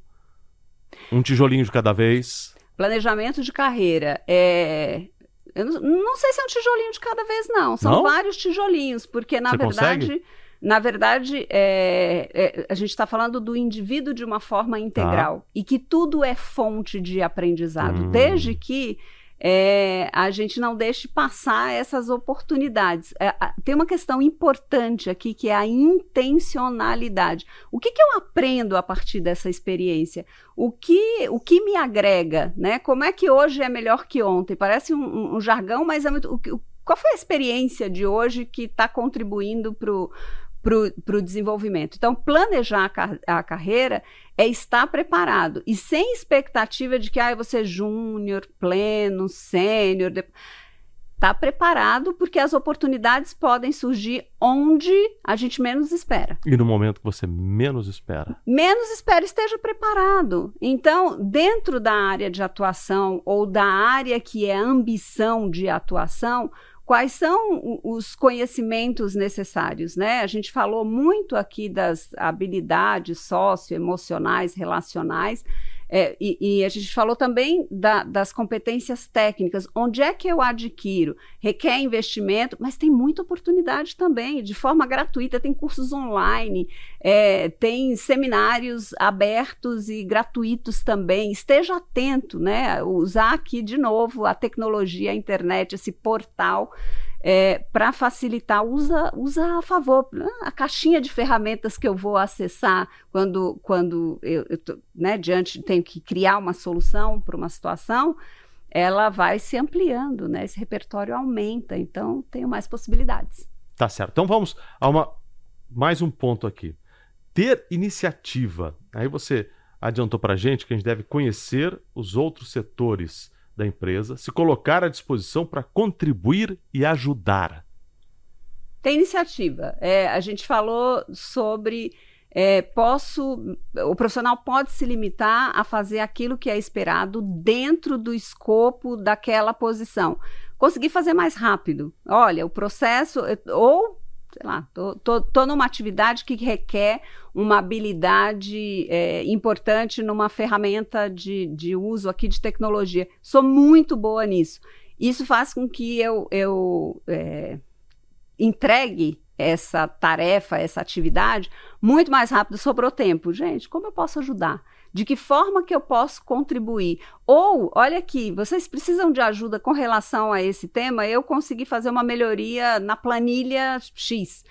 Um tijolinho de cada vez. Planejamento de carreira. É... Eu não, não sei se é um tijolinho de cada vez, não. São não? vários tijolinhos, porque, na Você verdade, consegue? na verdade é... É... a gente está falando do indivíduo de uma forma integral. Tá. E que tudo é fonte de aprendizado. Hum. Desde que é... a gente não deixe passar essas oportunidades. É... Tem uma questão importante aqui, que é a intencionalidade. O que, que eu aprendo a partir dessa experiência? O que, o que me agrega, né? Como é que hoje é melhor que ontem? Parece um, um, um jargão, mas é muito... O, qual foi a experiência de hoje que está contribuindo para o para o desenvolvimento? Então, planejar a, car a carreira é estar preparado e sem expectativa de que ah, você é júnior, pleno, sênior. De... Está preparado porque as oportunidades podem surgir onde a gente menos espera. E no momento que você menos espera. Menos espera, esteja preparado. Então, dentro da área de atuação ou da área que é ambição de atuação, quais são os conhecimentos necessários, né? A gente falou muito aqui das habilidades socioemocionais, relacionais, é, e, e a gente falou também da, das competências técnicas. Onde é que eu adquiro? Requer investimento, mas tem muita oportunidade também, de forma gratuita. Tem cursos online, é, tem seminários abertos e gratuitos também. Esteja atento, né? Usar aqui de novo a tecnologia, a internet, esse portal, É, para facilitar, usa, usa a favor. A caixinha de ferramentas que eu vou acessar quando, quando eu, eu tô, né, diante, tenho que criar uma solução para uma situação, ela vai se ampliando, né? Esse repertório aumenta, então tenho mais possibilidades. Tá certo. Então vamos a uma, mais um ponto aqui. Ter iniciativa. Aí você adiantou para a gente que a gente deve conhecer os outros setores da empresa, se colocar à disposição para contribuir e ajudar. Tem iniciativa. É, a gente falou sobre é, posso, o profissional pode se limitar a fazer aquilo que é esperado dentro do escopo daquela posição. Conseguir fazer mais rápido. Olha, o processo, ou, sei lá, tô, tô, tô numa atividade que requer uma habilidade é, importante numa ferramenta de, de uso aqui de tecnologia. Sou muito boa nisso. Isso faz com que eu, eu é, entregue essa tarefa, essa atividade, muito mais rápido, sobrou tempo. Gente, como eu posso ajudar? De que forma que eu posso contribuir? Ou, olha aqui, vocês precisam de ajuda com relação a esse tema, eu consegui fazer uma melhoria na planilha X.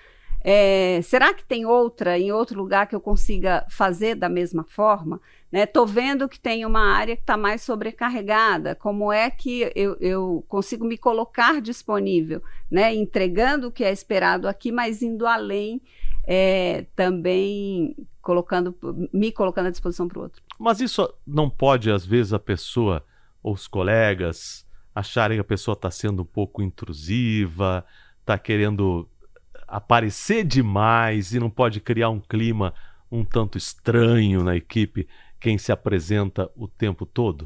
É, será que tem outra, em outro lugar que eu consiga fazer da mesma forma? Estou né? vendo que tem uma área que está mais sobrecarregada, como é que eu, eu consigo me colocar disponível, né? Entregando o que é esperado aqui, mas indo além, é, também colocando, me colocando à disposição para o outro. Mas isso não pode, às vezes, a pessoa ou os colegas acharem que a pessoa está sendo um pouco intrusiva, está querendo aparecer demais e não pode criar um clima um tanto estranho na equipe quem se apresenta o tempo todo?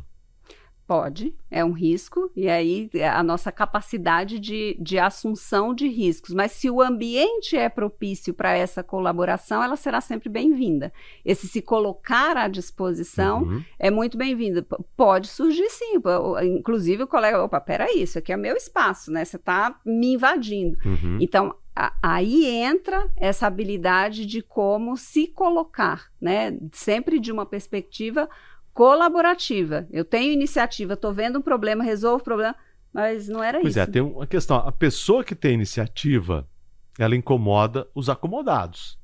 Pode, é um risco, e aí a nossa capacidade de, de assunção de riscos. Mas se o ambiente é propício para essa colaboração, ela será sempre bem-vinda. Esse se colocar à disposição uhum. é muito bem-vindo. Pode surgir sim, inclusive o colega, opa, peraí, isso aqui é meu espaço, né? Você está me invadindo. Uhum. Então, a, aí entra essa habilidade de como se colocar, né? Sempre de uma perspectiva colaborativa. Eu tenho iniciativa, estou vendo um problema, resolvo o problema, mas não era pois isso. Pois é, tem uma questão. A pessoa que tem iniciativa, ela incomoda os acomodados.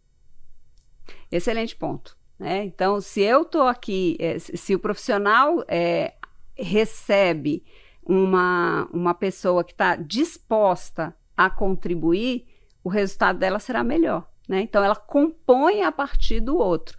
Excelente ponto. Né? Então, se eu estou aqui, é, se o profissional é, recebe uma, uma pessoa que está disposta a contribuir, o resultado dela será melhor. Né? Então, ela compõe a partir do outro.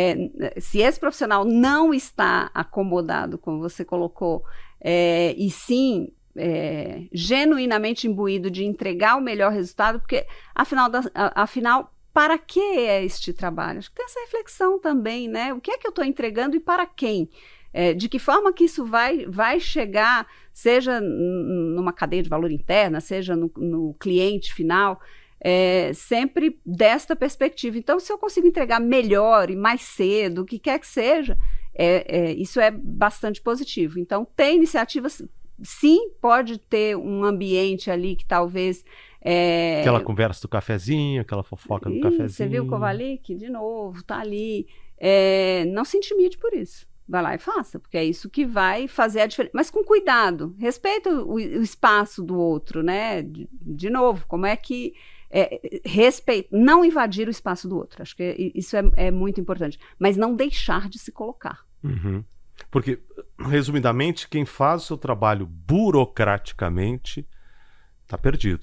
É, se esse profissional não está acomodado, como você colocou, é, e sim é, genuinamente imbuído de entregar o melhor resultado, porque afinal, da, a, afinal, para que é este trabalho? Acho que tem essa reflexão também, né? O que é que eu estou entregando e para quem? É, de que forma que isso vai, vai chegar, seja numa cadeia de valor interna, seja no, no cliente final, É, sempre desta perspectiva. Então, se eu consigo entregar melhor e mais cedo, o que quer que seja, é, é, isso é bastante positivo. Então, ter iniciativas, sim, pode ter um ambiente ali que talvez... É... Aquela conversa do cafezinho, aquela fofoca do Ih, cafezinho. Você viu o Kovalik? De novo, tá ali. É, não se intimide por isso. Vai lá e faça, porque é isso que vai fazer a diferença. Mas com cuidado, respeita o, o espaço do outro, né? De, de novo, como é que... É, respeito, não invadir o espaço do outro. Acho que isso é, é muito importante. Mas não deixar de se colocar. Uhum. Porque, resumidamente, quem faz o seu trabalho burocraticamente está perdido.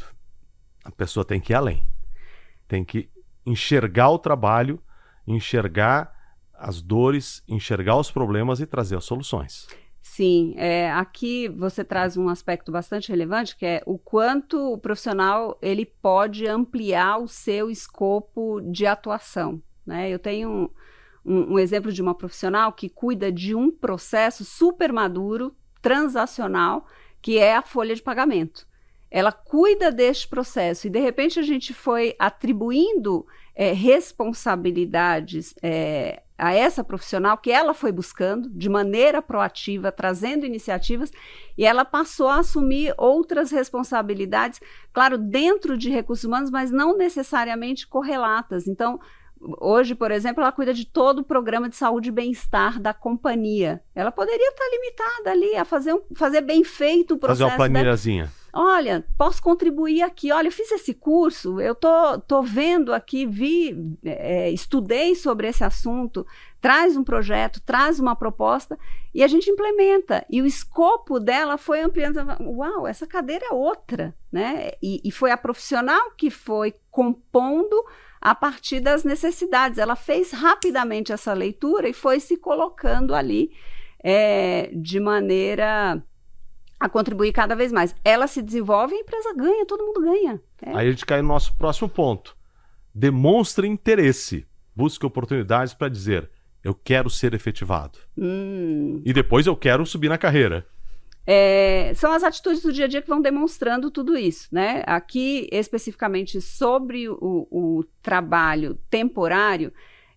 A pessoa tem que ir além. Tem que enxergar o trabalho, enxergar as dores, enxergar os problemas e trazer as soluções. Sim, é, aqui você traz um aspecto bastante relevante, que é o quanto o profissional ele pode ampliar o seu escopo de atuação. Né? Eu tenho um, um, um exemplo de uma profissional que cuida de um processo super maduro, transacional, que é a folha de pagamento. Ela cuida deste processo e, de repente, a gente foi atribuindo é, responsabilidades é, a essa profissional que ela foi buscando de maneira proativa, trazendo iniciativas, e ela passou a assumir outras responsabilidades, claro, dentro de recursos humanos, mas não necessariamente correlatas. Então, hoje, por exemplo, ela cuida de todo o programa de saúde e bem-estar da companhia. Ela poderia estar limitada ali a fazer, um, fazer bem feito o processo. Fazer uma planilhazinha. Da... Olha, posso contribuir aqui, olha, eu fiz esse curso, eu tô, tô vendo aqui, vi, é, estudei sobre esse assunto, traz um projeto, traz uma proposta e a gente implementa. E o escopo dela foi ampliando. Uau, essa cadeira é outra, né? E, e foi a profissional que foi compondo a partir das necessidades. Ela fez rapidamente essa leitura e foi se colocando ali é, de maneira a contribuir cada vez mais. Ela se desenvolve, a empresa ganha, todo mundo ganha. É. Aí a gente cai no nosso próximo ponto. Demonstre interesse. Busque oportunidades para dizer, eu quero ser efetivado. Hum. E depois eu quero subir na carreira. É, são as atitudes do dia a dia que vão demonstrando tudo isso, né? Aqui, especificamente sobre o, o trabalho temporário,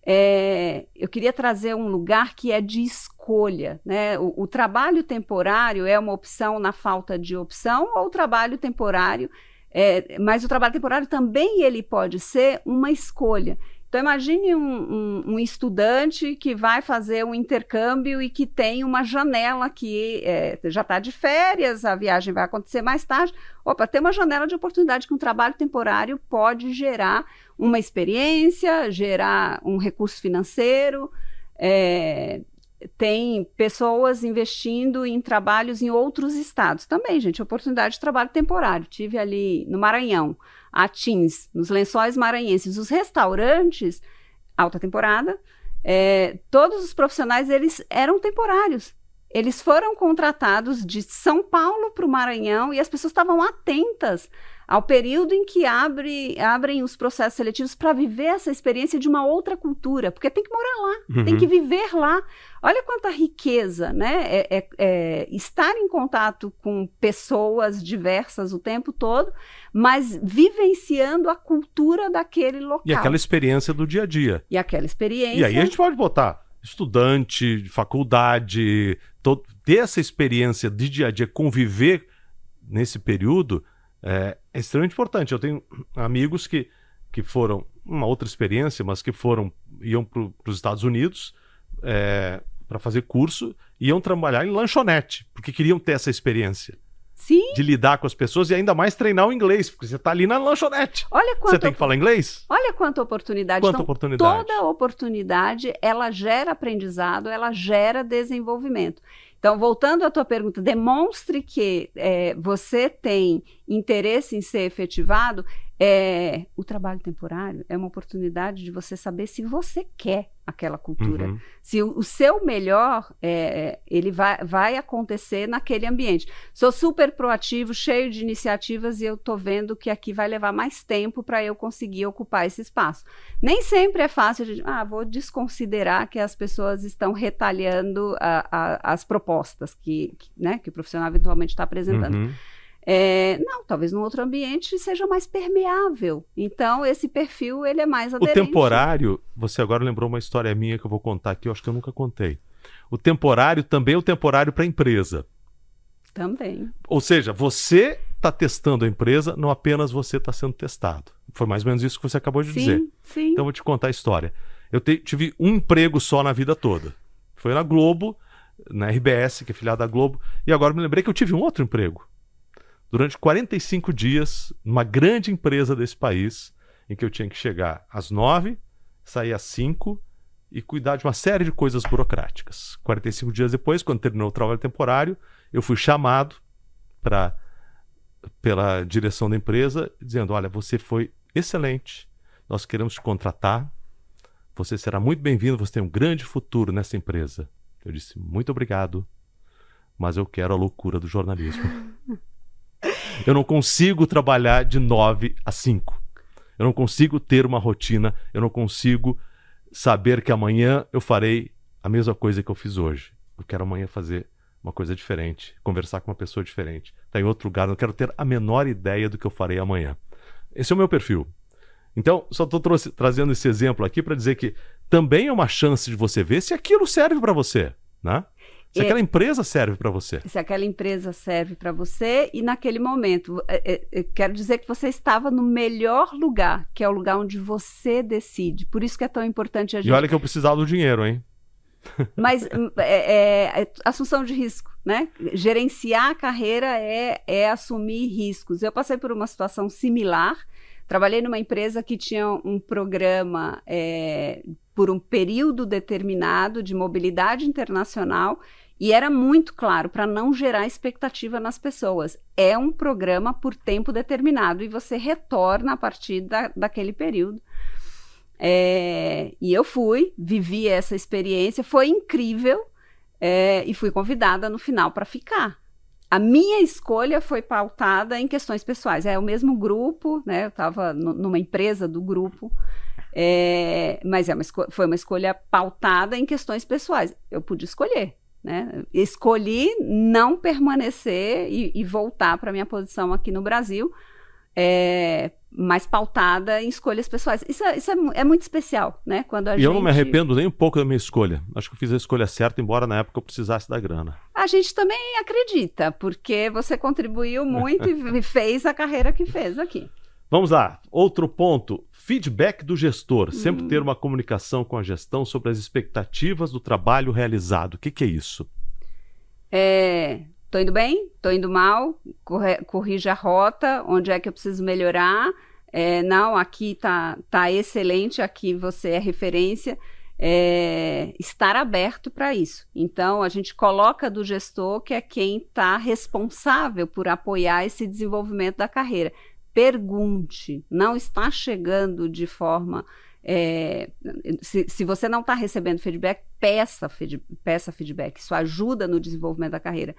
é, eu queria trazer um lugar que é de escolha, né? O, o trabalho temporário é uma opção na falta de opção, ou o trabalho temporário, é, mas o trabalho temporário também ele pode ser uma escolha. Então, imagine um, um, um estudante que vai fazer um intercâmbio e que tem uma janela que é, já está de férias, a viagem vai acontecer mais tarde. Opa, tem uma janela de oportunidade que um trabalho temporário pode gerar uma experiência, gerar um recurso financeiro. É, tem pessoas investindo em trabalhos em outros estados. Também, gente, oportunidade de trabalho temporário. Tive ali no Maranhão, Atins, nos Lençóis Maranhenses, os restaurantes, alta temporada, é, todos os profissionais, eles eram temporários. Eles foram contratados de São Paulo para o Maranhão e as pessoas estavam atentas ao período em que abre, abrem os processos seletivos para viver essa experiência de uma outra cultura, porque tem que morar lá, uhum. tem que viver lá. Olha quanta riqueza, né? É, é, é estar em contato com pessoas diversas o tempo todo, mas vivenciando a cultura daquele local. E aquela experiência do dia a dia. E aquela experiência... E aí a gente pode botar estudante, faculdade, todo, ter essa experiência de dia a dia, conviver nesse período... É, é extremamente importante. Eu tenho amigos que, que foram, uma outra experiência, mas que foram, iam para os Estados Unidos é, para fazer curso, iam trabalhar em lanchonete, porque queriam ter essa experiência. Sim. De lidar com as pessoas e ainda mais treinar o inglês, porque você está ali na lanchonete. Olha quanto você tem que falar inglês? Olha quanta oportunidade. Quanta então, oportunidade. Toda oportunidade, ela gera aprendizado, ela gera desenvolvimento. Então, voltando à tua pergunta, demonstre que é, você tem interesse em ser efetivado. É, o trabalho temporário é uma oportunidade de você saber se você quer aquela cultura. Uhum. Se o, o seu melhor, é, ele vai, vai acontecer naquele ambiente. Sou super proativo, cheio de iniciativas e eu estou vendo que aqui vai levar mais tempo para eu conseguir ocupar esse espaço. Nem sempre é fácil de, ah, vou desconsiderar que as pessoas estão retalhando a, a, as propostas que, que, né, que o profissional eventualmente está apresentando. Uhum. É, não, talvez num outro ambiente seja mais permeável. Então, esse perfil, ele é mais aderente. O temporário, você agora lembrou uma história minha que eu vou contar aqui, eu acho que eu nunca contei. O temporário também é o temporário para a empresa. Também. Ou seja, você está testando a empresa, não apenas você está sendo testado. Foi mais ou menos isso que você acabou de sim, dizer. Sim. Então, eu vou te contar a história. Eu te, tive um emprego só na vida toda. Foi na Globo, na R B S, que é filiada da Globo, e agora me lembrei que eu tive um outro emprego. Durante quarenta e cinco dias, numa grande empresa desse país, em que eu tinha que chegar às nove, sair às cinco e cuidar de uma série de coisas burocráticas. quarenta e cinco dias depois, quando terminou o trabalho temporário, eu fui chamado pra, pela direção da empresa, dizendo, olha, você foi excelente, nós queremos te contratar, você será muito bem-vindo, você tem um grande futuro nessa empresa. Eu disse, muito obrigado, mas eu quero a loucura do jornalismo. Eu não consigo trabalhar de nove a cinco. Eu não consigo ter uma rotina. Eu não consigo saber que amanhã eu farei a mesma coisa que eu fiz hoje. Eu quero amanhã fazer uma coisa diferente, conversar com uma pessoa diferente, estar em outro lugar. Eu não quero ter a menor ideia do que eu farei amanhã. Esse é o meu perfil. Então, só estou trazendo esse exemplo aqui para dizer que também é uma chance de você ver se aquilo serve para você, né? Se aquela empresa serve para você. Se aquela empresa serve para você e naquele momento, é, é, quero dizer que você estava no melhor lugar, que é o lugar onde você decide. Por isso que é tão importante a gente... E olha que eu precisava do dinheiro, hein? Mas é, é, é assunção de risco, né? Gerenciar a carreira é, é assumir riscos. Eu passei por uma situação similar. Trabalhei numa empresa que tinha um programa... É, por um período determinado de mobilidade internacional, e era muito claro para não gerar expectativa nas pessoas. É um programa por tempo determinado e você retorna a partir da, daquele período. É, e eu fui, vivi essa experiência, foi incrível, é, e fui convidada no final para ficar. A minha escolha foi pautada em questões pessoais. É o mesmo grupo, né? Eu estava numa empresa do grupo, é, mas é uma foi uma escolha pautada em questões pessoais. Eu pude escolher, né? Escolhi não permanecer e, e voltar para a minha posição aqui no Brasil, é, mas pautada em escolhas pessoais. Isso, é, isso é, é muito especial, né? Quando a e gente... eu não me arrependo nem um pouco da minha escolha. Acho que eu fiz a escolha certa, embora na época eu precisasse da grana. A gente também acredita, porque você contribuiu muito e fez a carreira que fez aqui. Vamos lá. Outro ponto. Feedback do gestor. Sempre hum. ter uma comunicação com a gestão sobre as expectativas do trabalho realizado. O que, que é isso? É... Tô indo bem? Tô indo mal? Corre, corrija a rota, onde é que eu preciso melhorar? É, não, aqui tá, tá excelente, aqui você é referência. É, estar aberto para isso. Então, a gente coloca do gestor, que é quem está responsável por apoiar esse desenvolvimento da carreira. Pergunte, não está chegando de forma... É, se, se você não está recebendo feedback, peça, feed, peça feedback. Isso ajuda no desenvolvimento da carreira.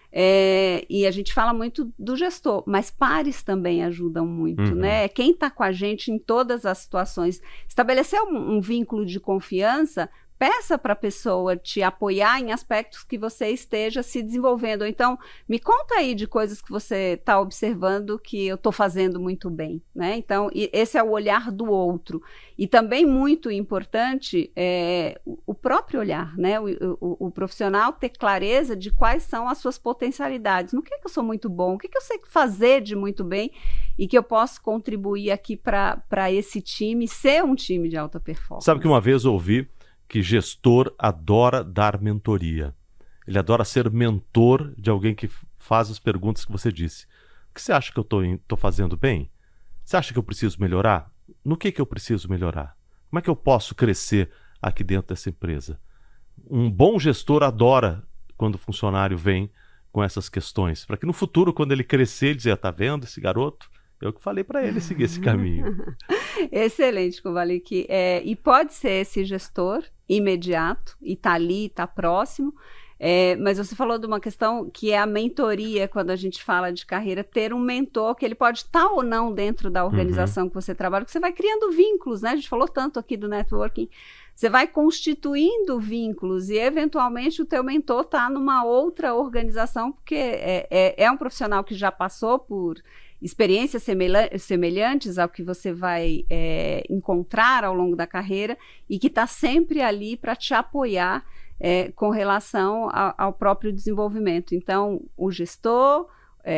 É, e a gente fala muito do gestor, mas pares também ajudam muito, uhum. né? Quem está com a gente em todas as situações. Estabelecer um, um vínculo de confiança, peça para a pessoa te apoiar em aspectos que você esteja se desenvolvendo. Então, me conta aí de coisas que você está observando que eu estou fazendo muito bem, né? Então, esse é o olhar do outro. E também muito importante é o próprio olhar, né? O, o, o profissional ter clareza de quais são as suas potencialidades. No que é que eu sou muito bom? O que é que eu sei fazer de muito bem e que eu posso contribuir aqui para esse time ser um time de alta performance? Sabe que uma vez eu ouvi que gestor adora dar mentoria. Ele adora ser mentor de alguém que faz as perguntas que você disse. O que você acha que eu estou fazendo bem? Você acha que eu preciso melhorar? No que, que eu preciso melhorar? Como é que eu posso crescer aqui dentro dessa empresa? Um bom gestor adora quando o funcionário vem com essas questões, para que no futuro, quando ele crescer, ele dizer, tá vendo esse garoto? Eu que falei para ele seguir esse caminho. Excelente, Kovalik. É, e pode ser esse gestor imediato, e tá ali, tá próximo, é, mas você falou de uma questão que é a mentoria, quando a gente fala de carreira, ter um mentor, que ele pode estar ou não dentro da organização uhum. que você trabalha, porque você vai criando vínculos, né? A gente falou tanto aqui do networking, você vai constituindo vínculos e, eventualmente, o teu mentor está numa outra organização, porque é, é, é um profissional que já passou por experiências semelhantes ao que você vai é, encontrar ao longo da carreira e que está sempre ali para te apoiar é, com relação a, ao próprio desenvolvimento. Então, o gestor,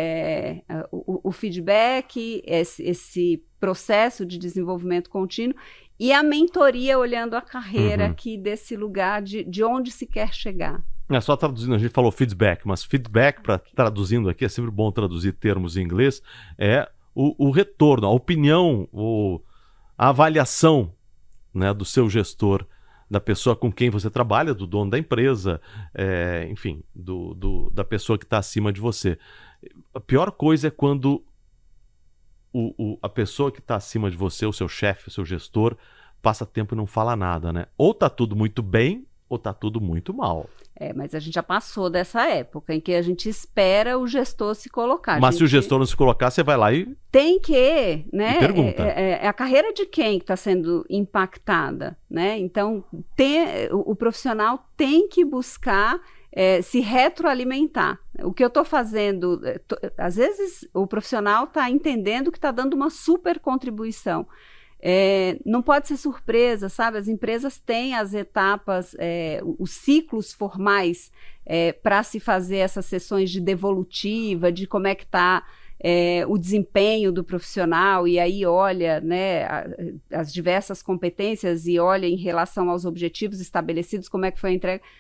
é, o, o feedback, esse, esse processo de desenvolvimento contínuo e a mentoria olhando a carreira uhum. aqui desse lugar de, de onde se quer chegar. É só traduzindo, a gente falou feedback, mas feedback, para traduzindo aqui, é sempre bom traduzir termos em inglês, é o, o retorno, a opinião, o, a avaliação, né, do seu gestor, da pessoa com quem você trabalha, do dono da empresa, é, enfim, do, do, da pessoa que está acima de você. A pior coisa é quando o, o, a pessoa que está acima de você, o seu chefe, o seu gestor, passa tempo e não fala nada, né? Ou está tudo muito bem, ou está tudo muito mal. É, mas a gente já passou dessa época em que a gente espera o gestor se colocar. Mas gente... se o gestor não se colocar, você vai lá e... Tem que, né? E pergunta. É, é, é a carreira de quem que está sendo impactada, né? Então, tem, o, o profissional tem que buscar é, se retroalimentar. O que eu estou fazendo... Tô, às vezes, o profissional está entendendo que está dando uma super contribuição. É, não pode ser surpresa, sabe? As empresas têm as etapas, é, os ciclos formais é, para se fazer essas sessões de devolutiva, de como é que está é, o desempenho do profissional, e aí olha, né, a, as diversas competências e olha em relação aos objetivos estabelecidos, como é que foi a entrega.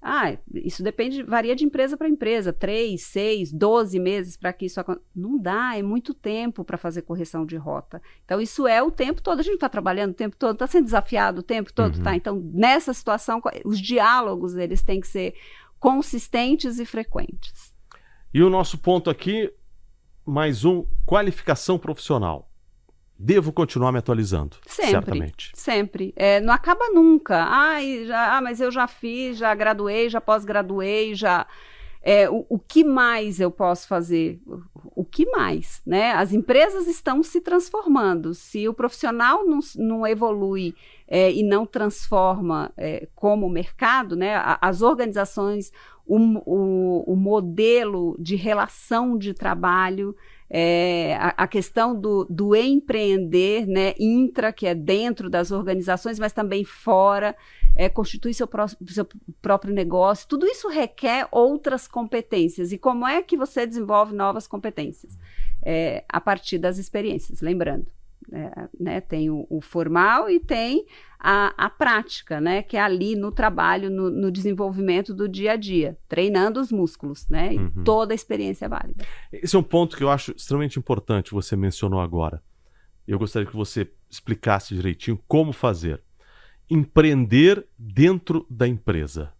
Ah, isso depende, varia de empresa para empresa, três, seis, doze meses para que isso aconteça. Não dá, é muito tempo para fazer correção de rota. Então, isso é o tempo todo, a gente está trabalhando o tempo todo, está sendo desafiado o tempo todo, Uhum. tá? Então, nessa situação, os diálogos, eles têm que ser consistentes e frequentes. E o nosso ponto aqui, mais um, qualificação profissional. Devo continuar me atualizando, Sempre, certamente. sempre. É, não acaba nunca. Ai, já, ah, mas eu já fiz, já graduei, já pós-graduei, já... É, o, o que mais eu posso fazer? O, o que mais? Né? As empresas estão se transformando. Se o profissional não, não evolui é, e não transforma é, como mercado, né? As organizações, o, o, o modelo de relação de trabalho, é, a, a questão do, do empreender, né? Intra, que é dentro das organizações, mas também fora, é, constitui seu, pró seu próprio negócio, tudo isso requer outras competências. E como é que você desenvolve novas competências? É, a partir das experiências, lembrando. É, né, tem o, o formal e tem a, a prática, né, que é ali no trabalho, no, no desenvolvimento do dia a dia, treinando os músculos, né, Uhum. e toda a experiência é válida. Esse é um ponto que eu acho extremamente importante, você mencionou agora. Eu gostaria que você explicasse direitinho como fazer. Empreender dentro da empresa.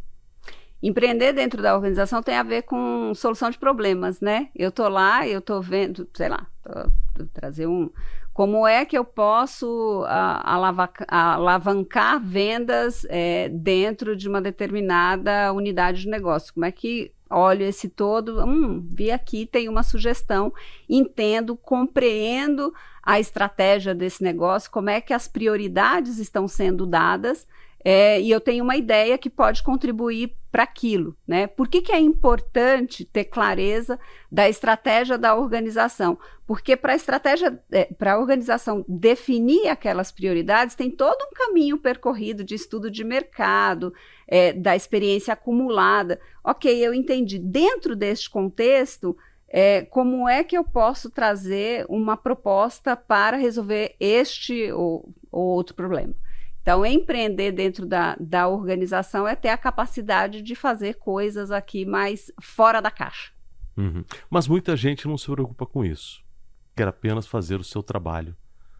Empreender dentro da organização tem a ver com solução de problemas, né? Eu tô lá, eu tô vendo, sei lá, tô, tô trazer um... Como é que eu posso a, alavancar, alavancar vendas é, dentro de uma determinada unidade de negócio? Como é que olho esse todo? Hum, vi aqui, tem uma sugestão, entendo, compreendo a estratégia desse negócio, como é que as prioridades estão sendo dadas, é, e eu tenho uma ideia que pode contribuir para aquilo, né? Por que que é importante ter clareza da estratégia da organização? Porque para a estratégia, é, para a organização definir aquelas prioridades, tem todo um caminho percorrido de estudo de mercado, é, da experiência acumulada. Ok, eu entendi. Dentro deste contexto, é, como é que eu posso trazer uma proposta para resolver este ou, ou outro problema? Então, empreender dentro da, da organização é ter a capacidade de fazer coisas aqui mais fora da caixa. Uhum. Mas muita gente não se preocupa com isso. Quer apenas fazer o seu trabalho.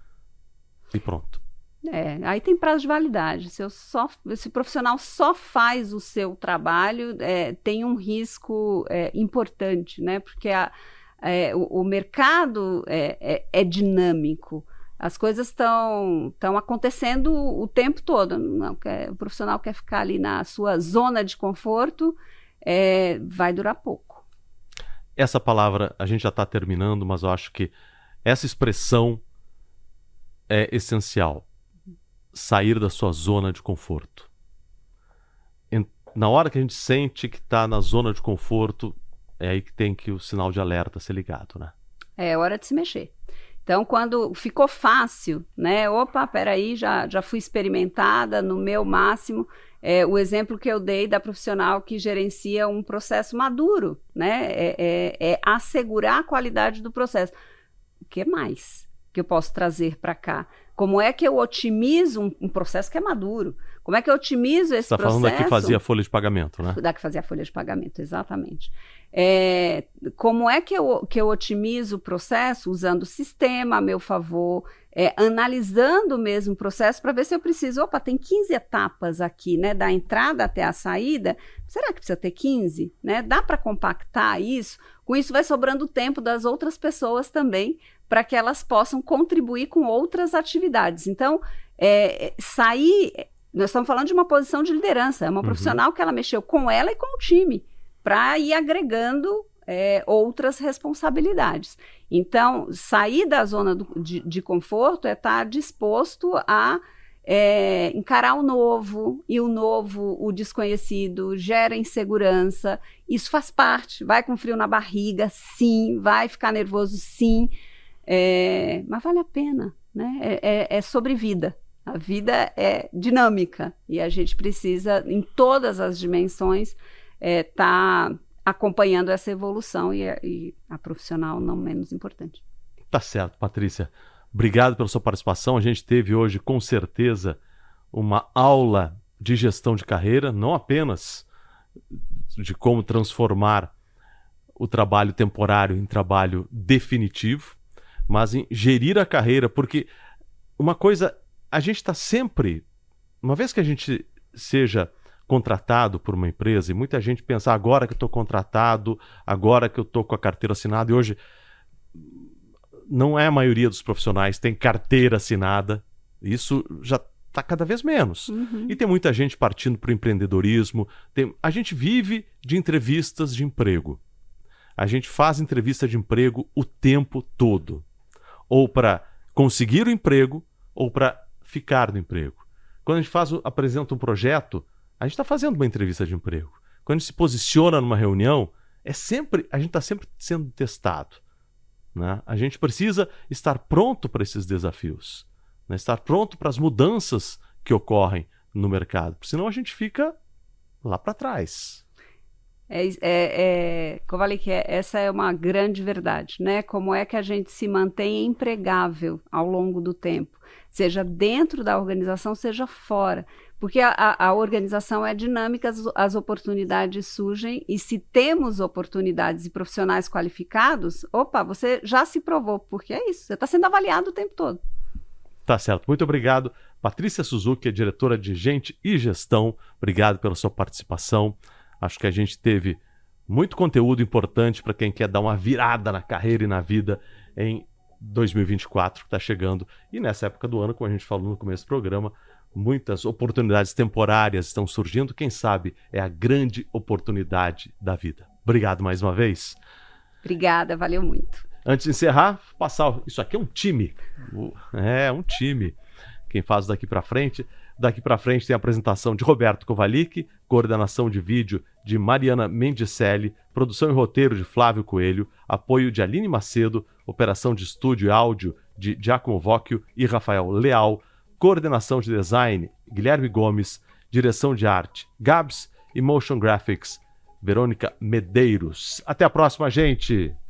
E pronto. É, aí tem prazo de validade. Se, eu só, se o profissional só faz o seu trabalho, é, tem um risco é, importante, né? Porque a, é, o, o mercado é, é, é dinâmico. As coisas estão estão acontecendo o tempo todo. Não quer, o profissional quer ficar ali na sua zona de conforto, é, vai durar pouco. Essa palavra, a gente já está terminando, mas eu acho que essa expressão é essencial. Sair da sua zona de conforto. Na hora que a gente sente que está na zona de conforto, é aí que tem que o sinal de alerta ser ligado, né? É hora de se mexer. Então, quando ficou fácil, né? Opa, peraí, já, já fui experimentada no meu máximo. É, o exemplo que eu dei da profissional que gerencia um processo maduro, né? É, é, é assegurar a qualidade do processo. O que mais que eu posso trazer para cá? Como é que eu otimizo um, um processo que é maduro? Como é que eu otimizo esse Você processo? está falando da que fazia folha de pagamento, né? Da que fazia folha de pagamento, exatamente. É, como é que eu, que eu otimizo o processo? Usando o sistema a meu favor, é, analisando mesmo o processo para ver se eu preciso. Opa, tem quinze etapas aqui, né? Da entrada até a saída. Será que precisa ter quinze? Né? Dá para compactar isso? Com isso vai sobrando tempo das outras pessoas também, para que elas possam contribuir com outras atividades. Então, é, sair... Nós estamos falando de uma posição de liderança, é uma uhum. profissional que ela mexeu com ela e com o time, para ir agregando é, outras responsabilidades. Então, sair da zona do, de, de conforto é estar disposto a é, encarar o novo, e o novo, o desconhecido, gera insegurança, isso faz parte, vai com frio na barriga, sim, vai ficar nervoso, sim, é, mas vale a pena, né? é, é, é sobre vida. A vida é dinâmica e a gente precisa, em todas as dimensões, estar é, tá acompanhando essa evolução e a, e a profissional não menos importante. Tá certo, Patrícia. Obrigado pela sua participação. A gente teve hoje, com certeza, uma aula de gestão de carreira, não apenas de como transformar o trabalho temporário em trabalho definitivo, mas em gerir a carreira, porque uma coisa, a gente está sempre, uma vez que a gente seja contratado por uma empresa, e muita gente pensa, agora que eu estou contratado, agora que eu estou com a carteira assinada, e hoje não é a maioria dos profissionais tem carteira assinada, isso já está cada vez menos. Uhum. E tem muita gente partindo para o empreendedorismo, tem... a gente vive de entrevistas de emprego. A gente faz entrevista de emprego o tempo todo, ou para conseguir o emprego, ou para ficar no emprego. Quando a gente faz, apresenta um projeto, a gente está fazendo uma entrevista de emprego. Quando a gente se posiciona numa reunião, é sempre, a gente está sempre sendo testado, né? A gente precisa estar pronto para esses desafios, né? Estar pronto para as mudanças que ocorrem no mercado, porque senão a gente fica lá para trás. É, é, é, Kovalik, é, essa é uma grande verdade, né? Como é que a gente se mantém empregável ao longo do tempo, seja dentro da organização, seja fora, porque a, a, a organização é dinâmica, as, as oportunidades surgem, e se temos oportunidades e profissionais qualificados, opa, você já se provou, porque é isso, você está sendo avaliado o tempo todo. Tá certo, muito obrigado. Patrícia Suzuki, é diretora de Gente e Gestão, obrigado pela sua participação. Acho que a gente teve muito conteúdo importante para quem quer dar uma virada na carreira e na vida em dois mil e vinte e quatro, que está chegando. E nessa época do ano, como a gente falou no começo do programa, muitas oportunidades temporárias estão surgindo. Quem sabe é a grande oportunidade da vida. Obrigado mais uma vez. Obrigada, valeu muito. Antes de encerrar, passar. Isso aqui é um time. É, um time. Quem faz daqui para frente. Daqui para frente tem a apresentação de Roberto Kovalik, coordenação de vídeo de Mariana Mendicelli, produção e roteiro de Flávio Coelho, apoio de Aline Macedo, operação de estúdio e áudio de Giacomo Vocchio e Rafael Leal, coordenação de design Guilherme Gomes, direção de arte Gabs e motion graphics Verônica Medeiros. Até a próxima, gente!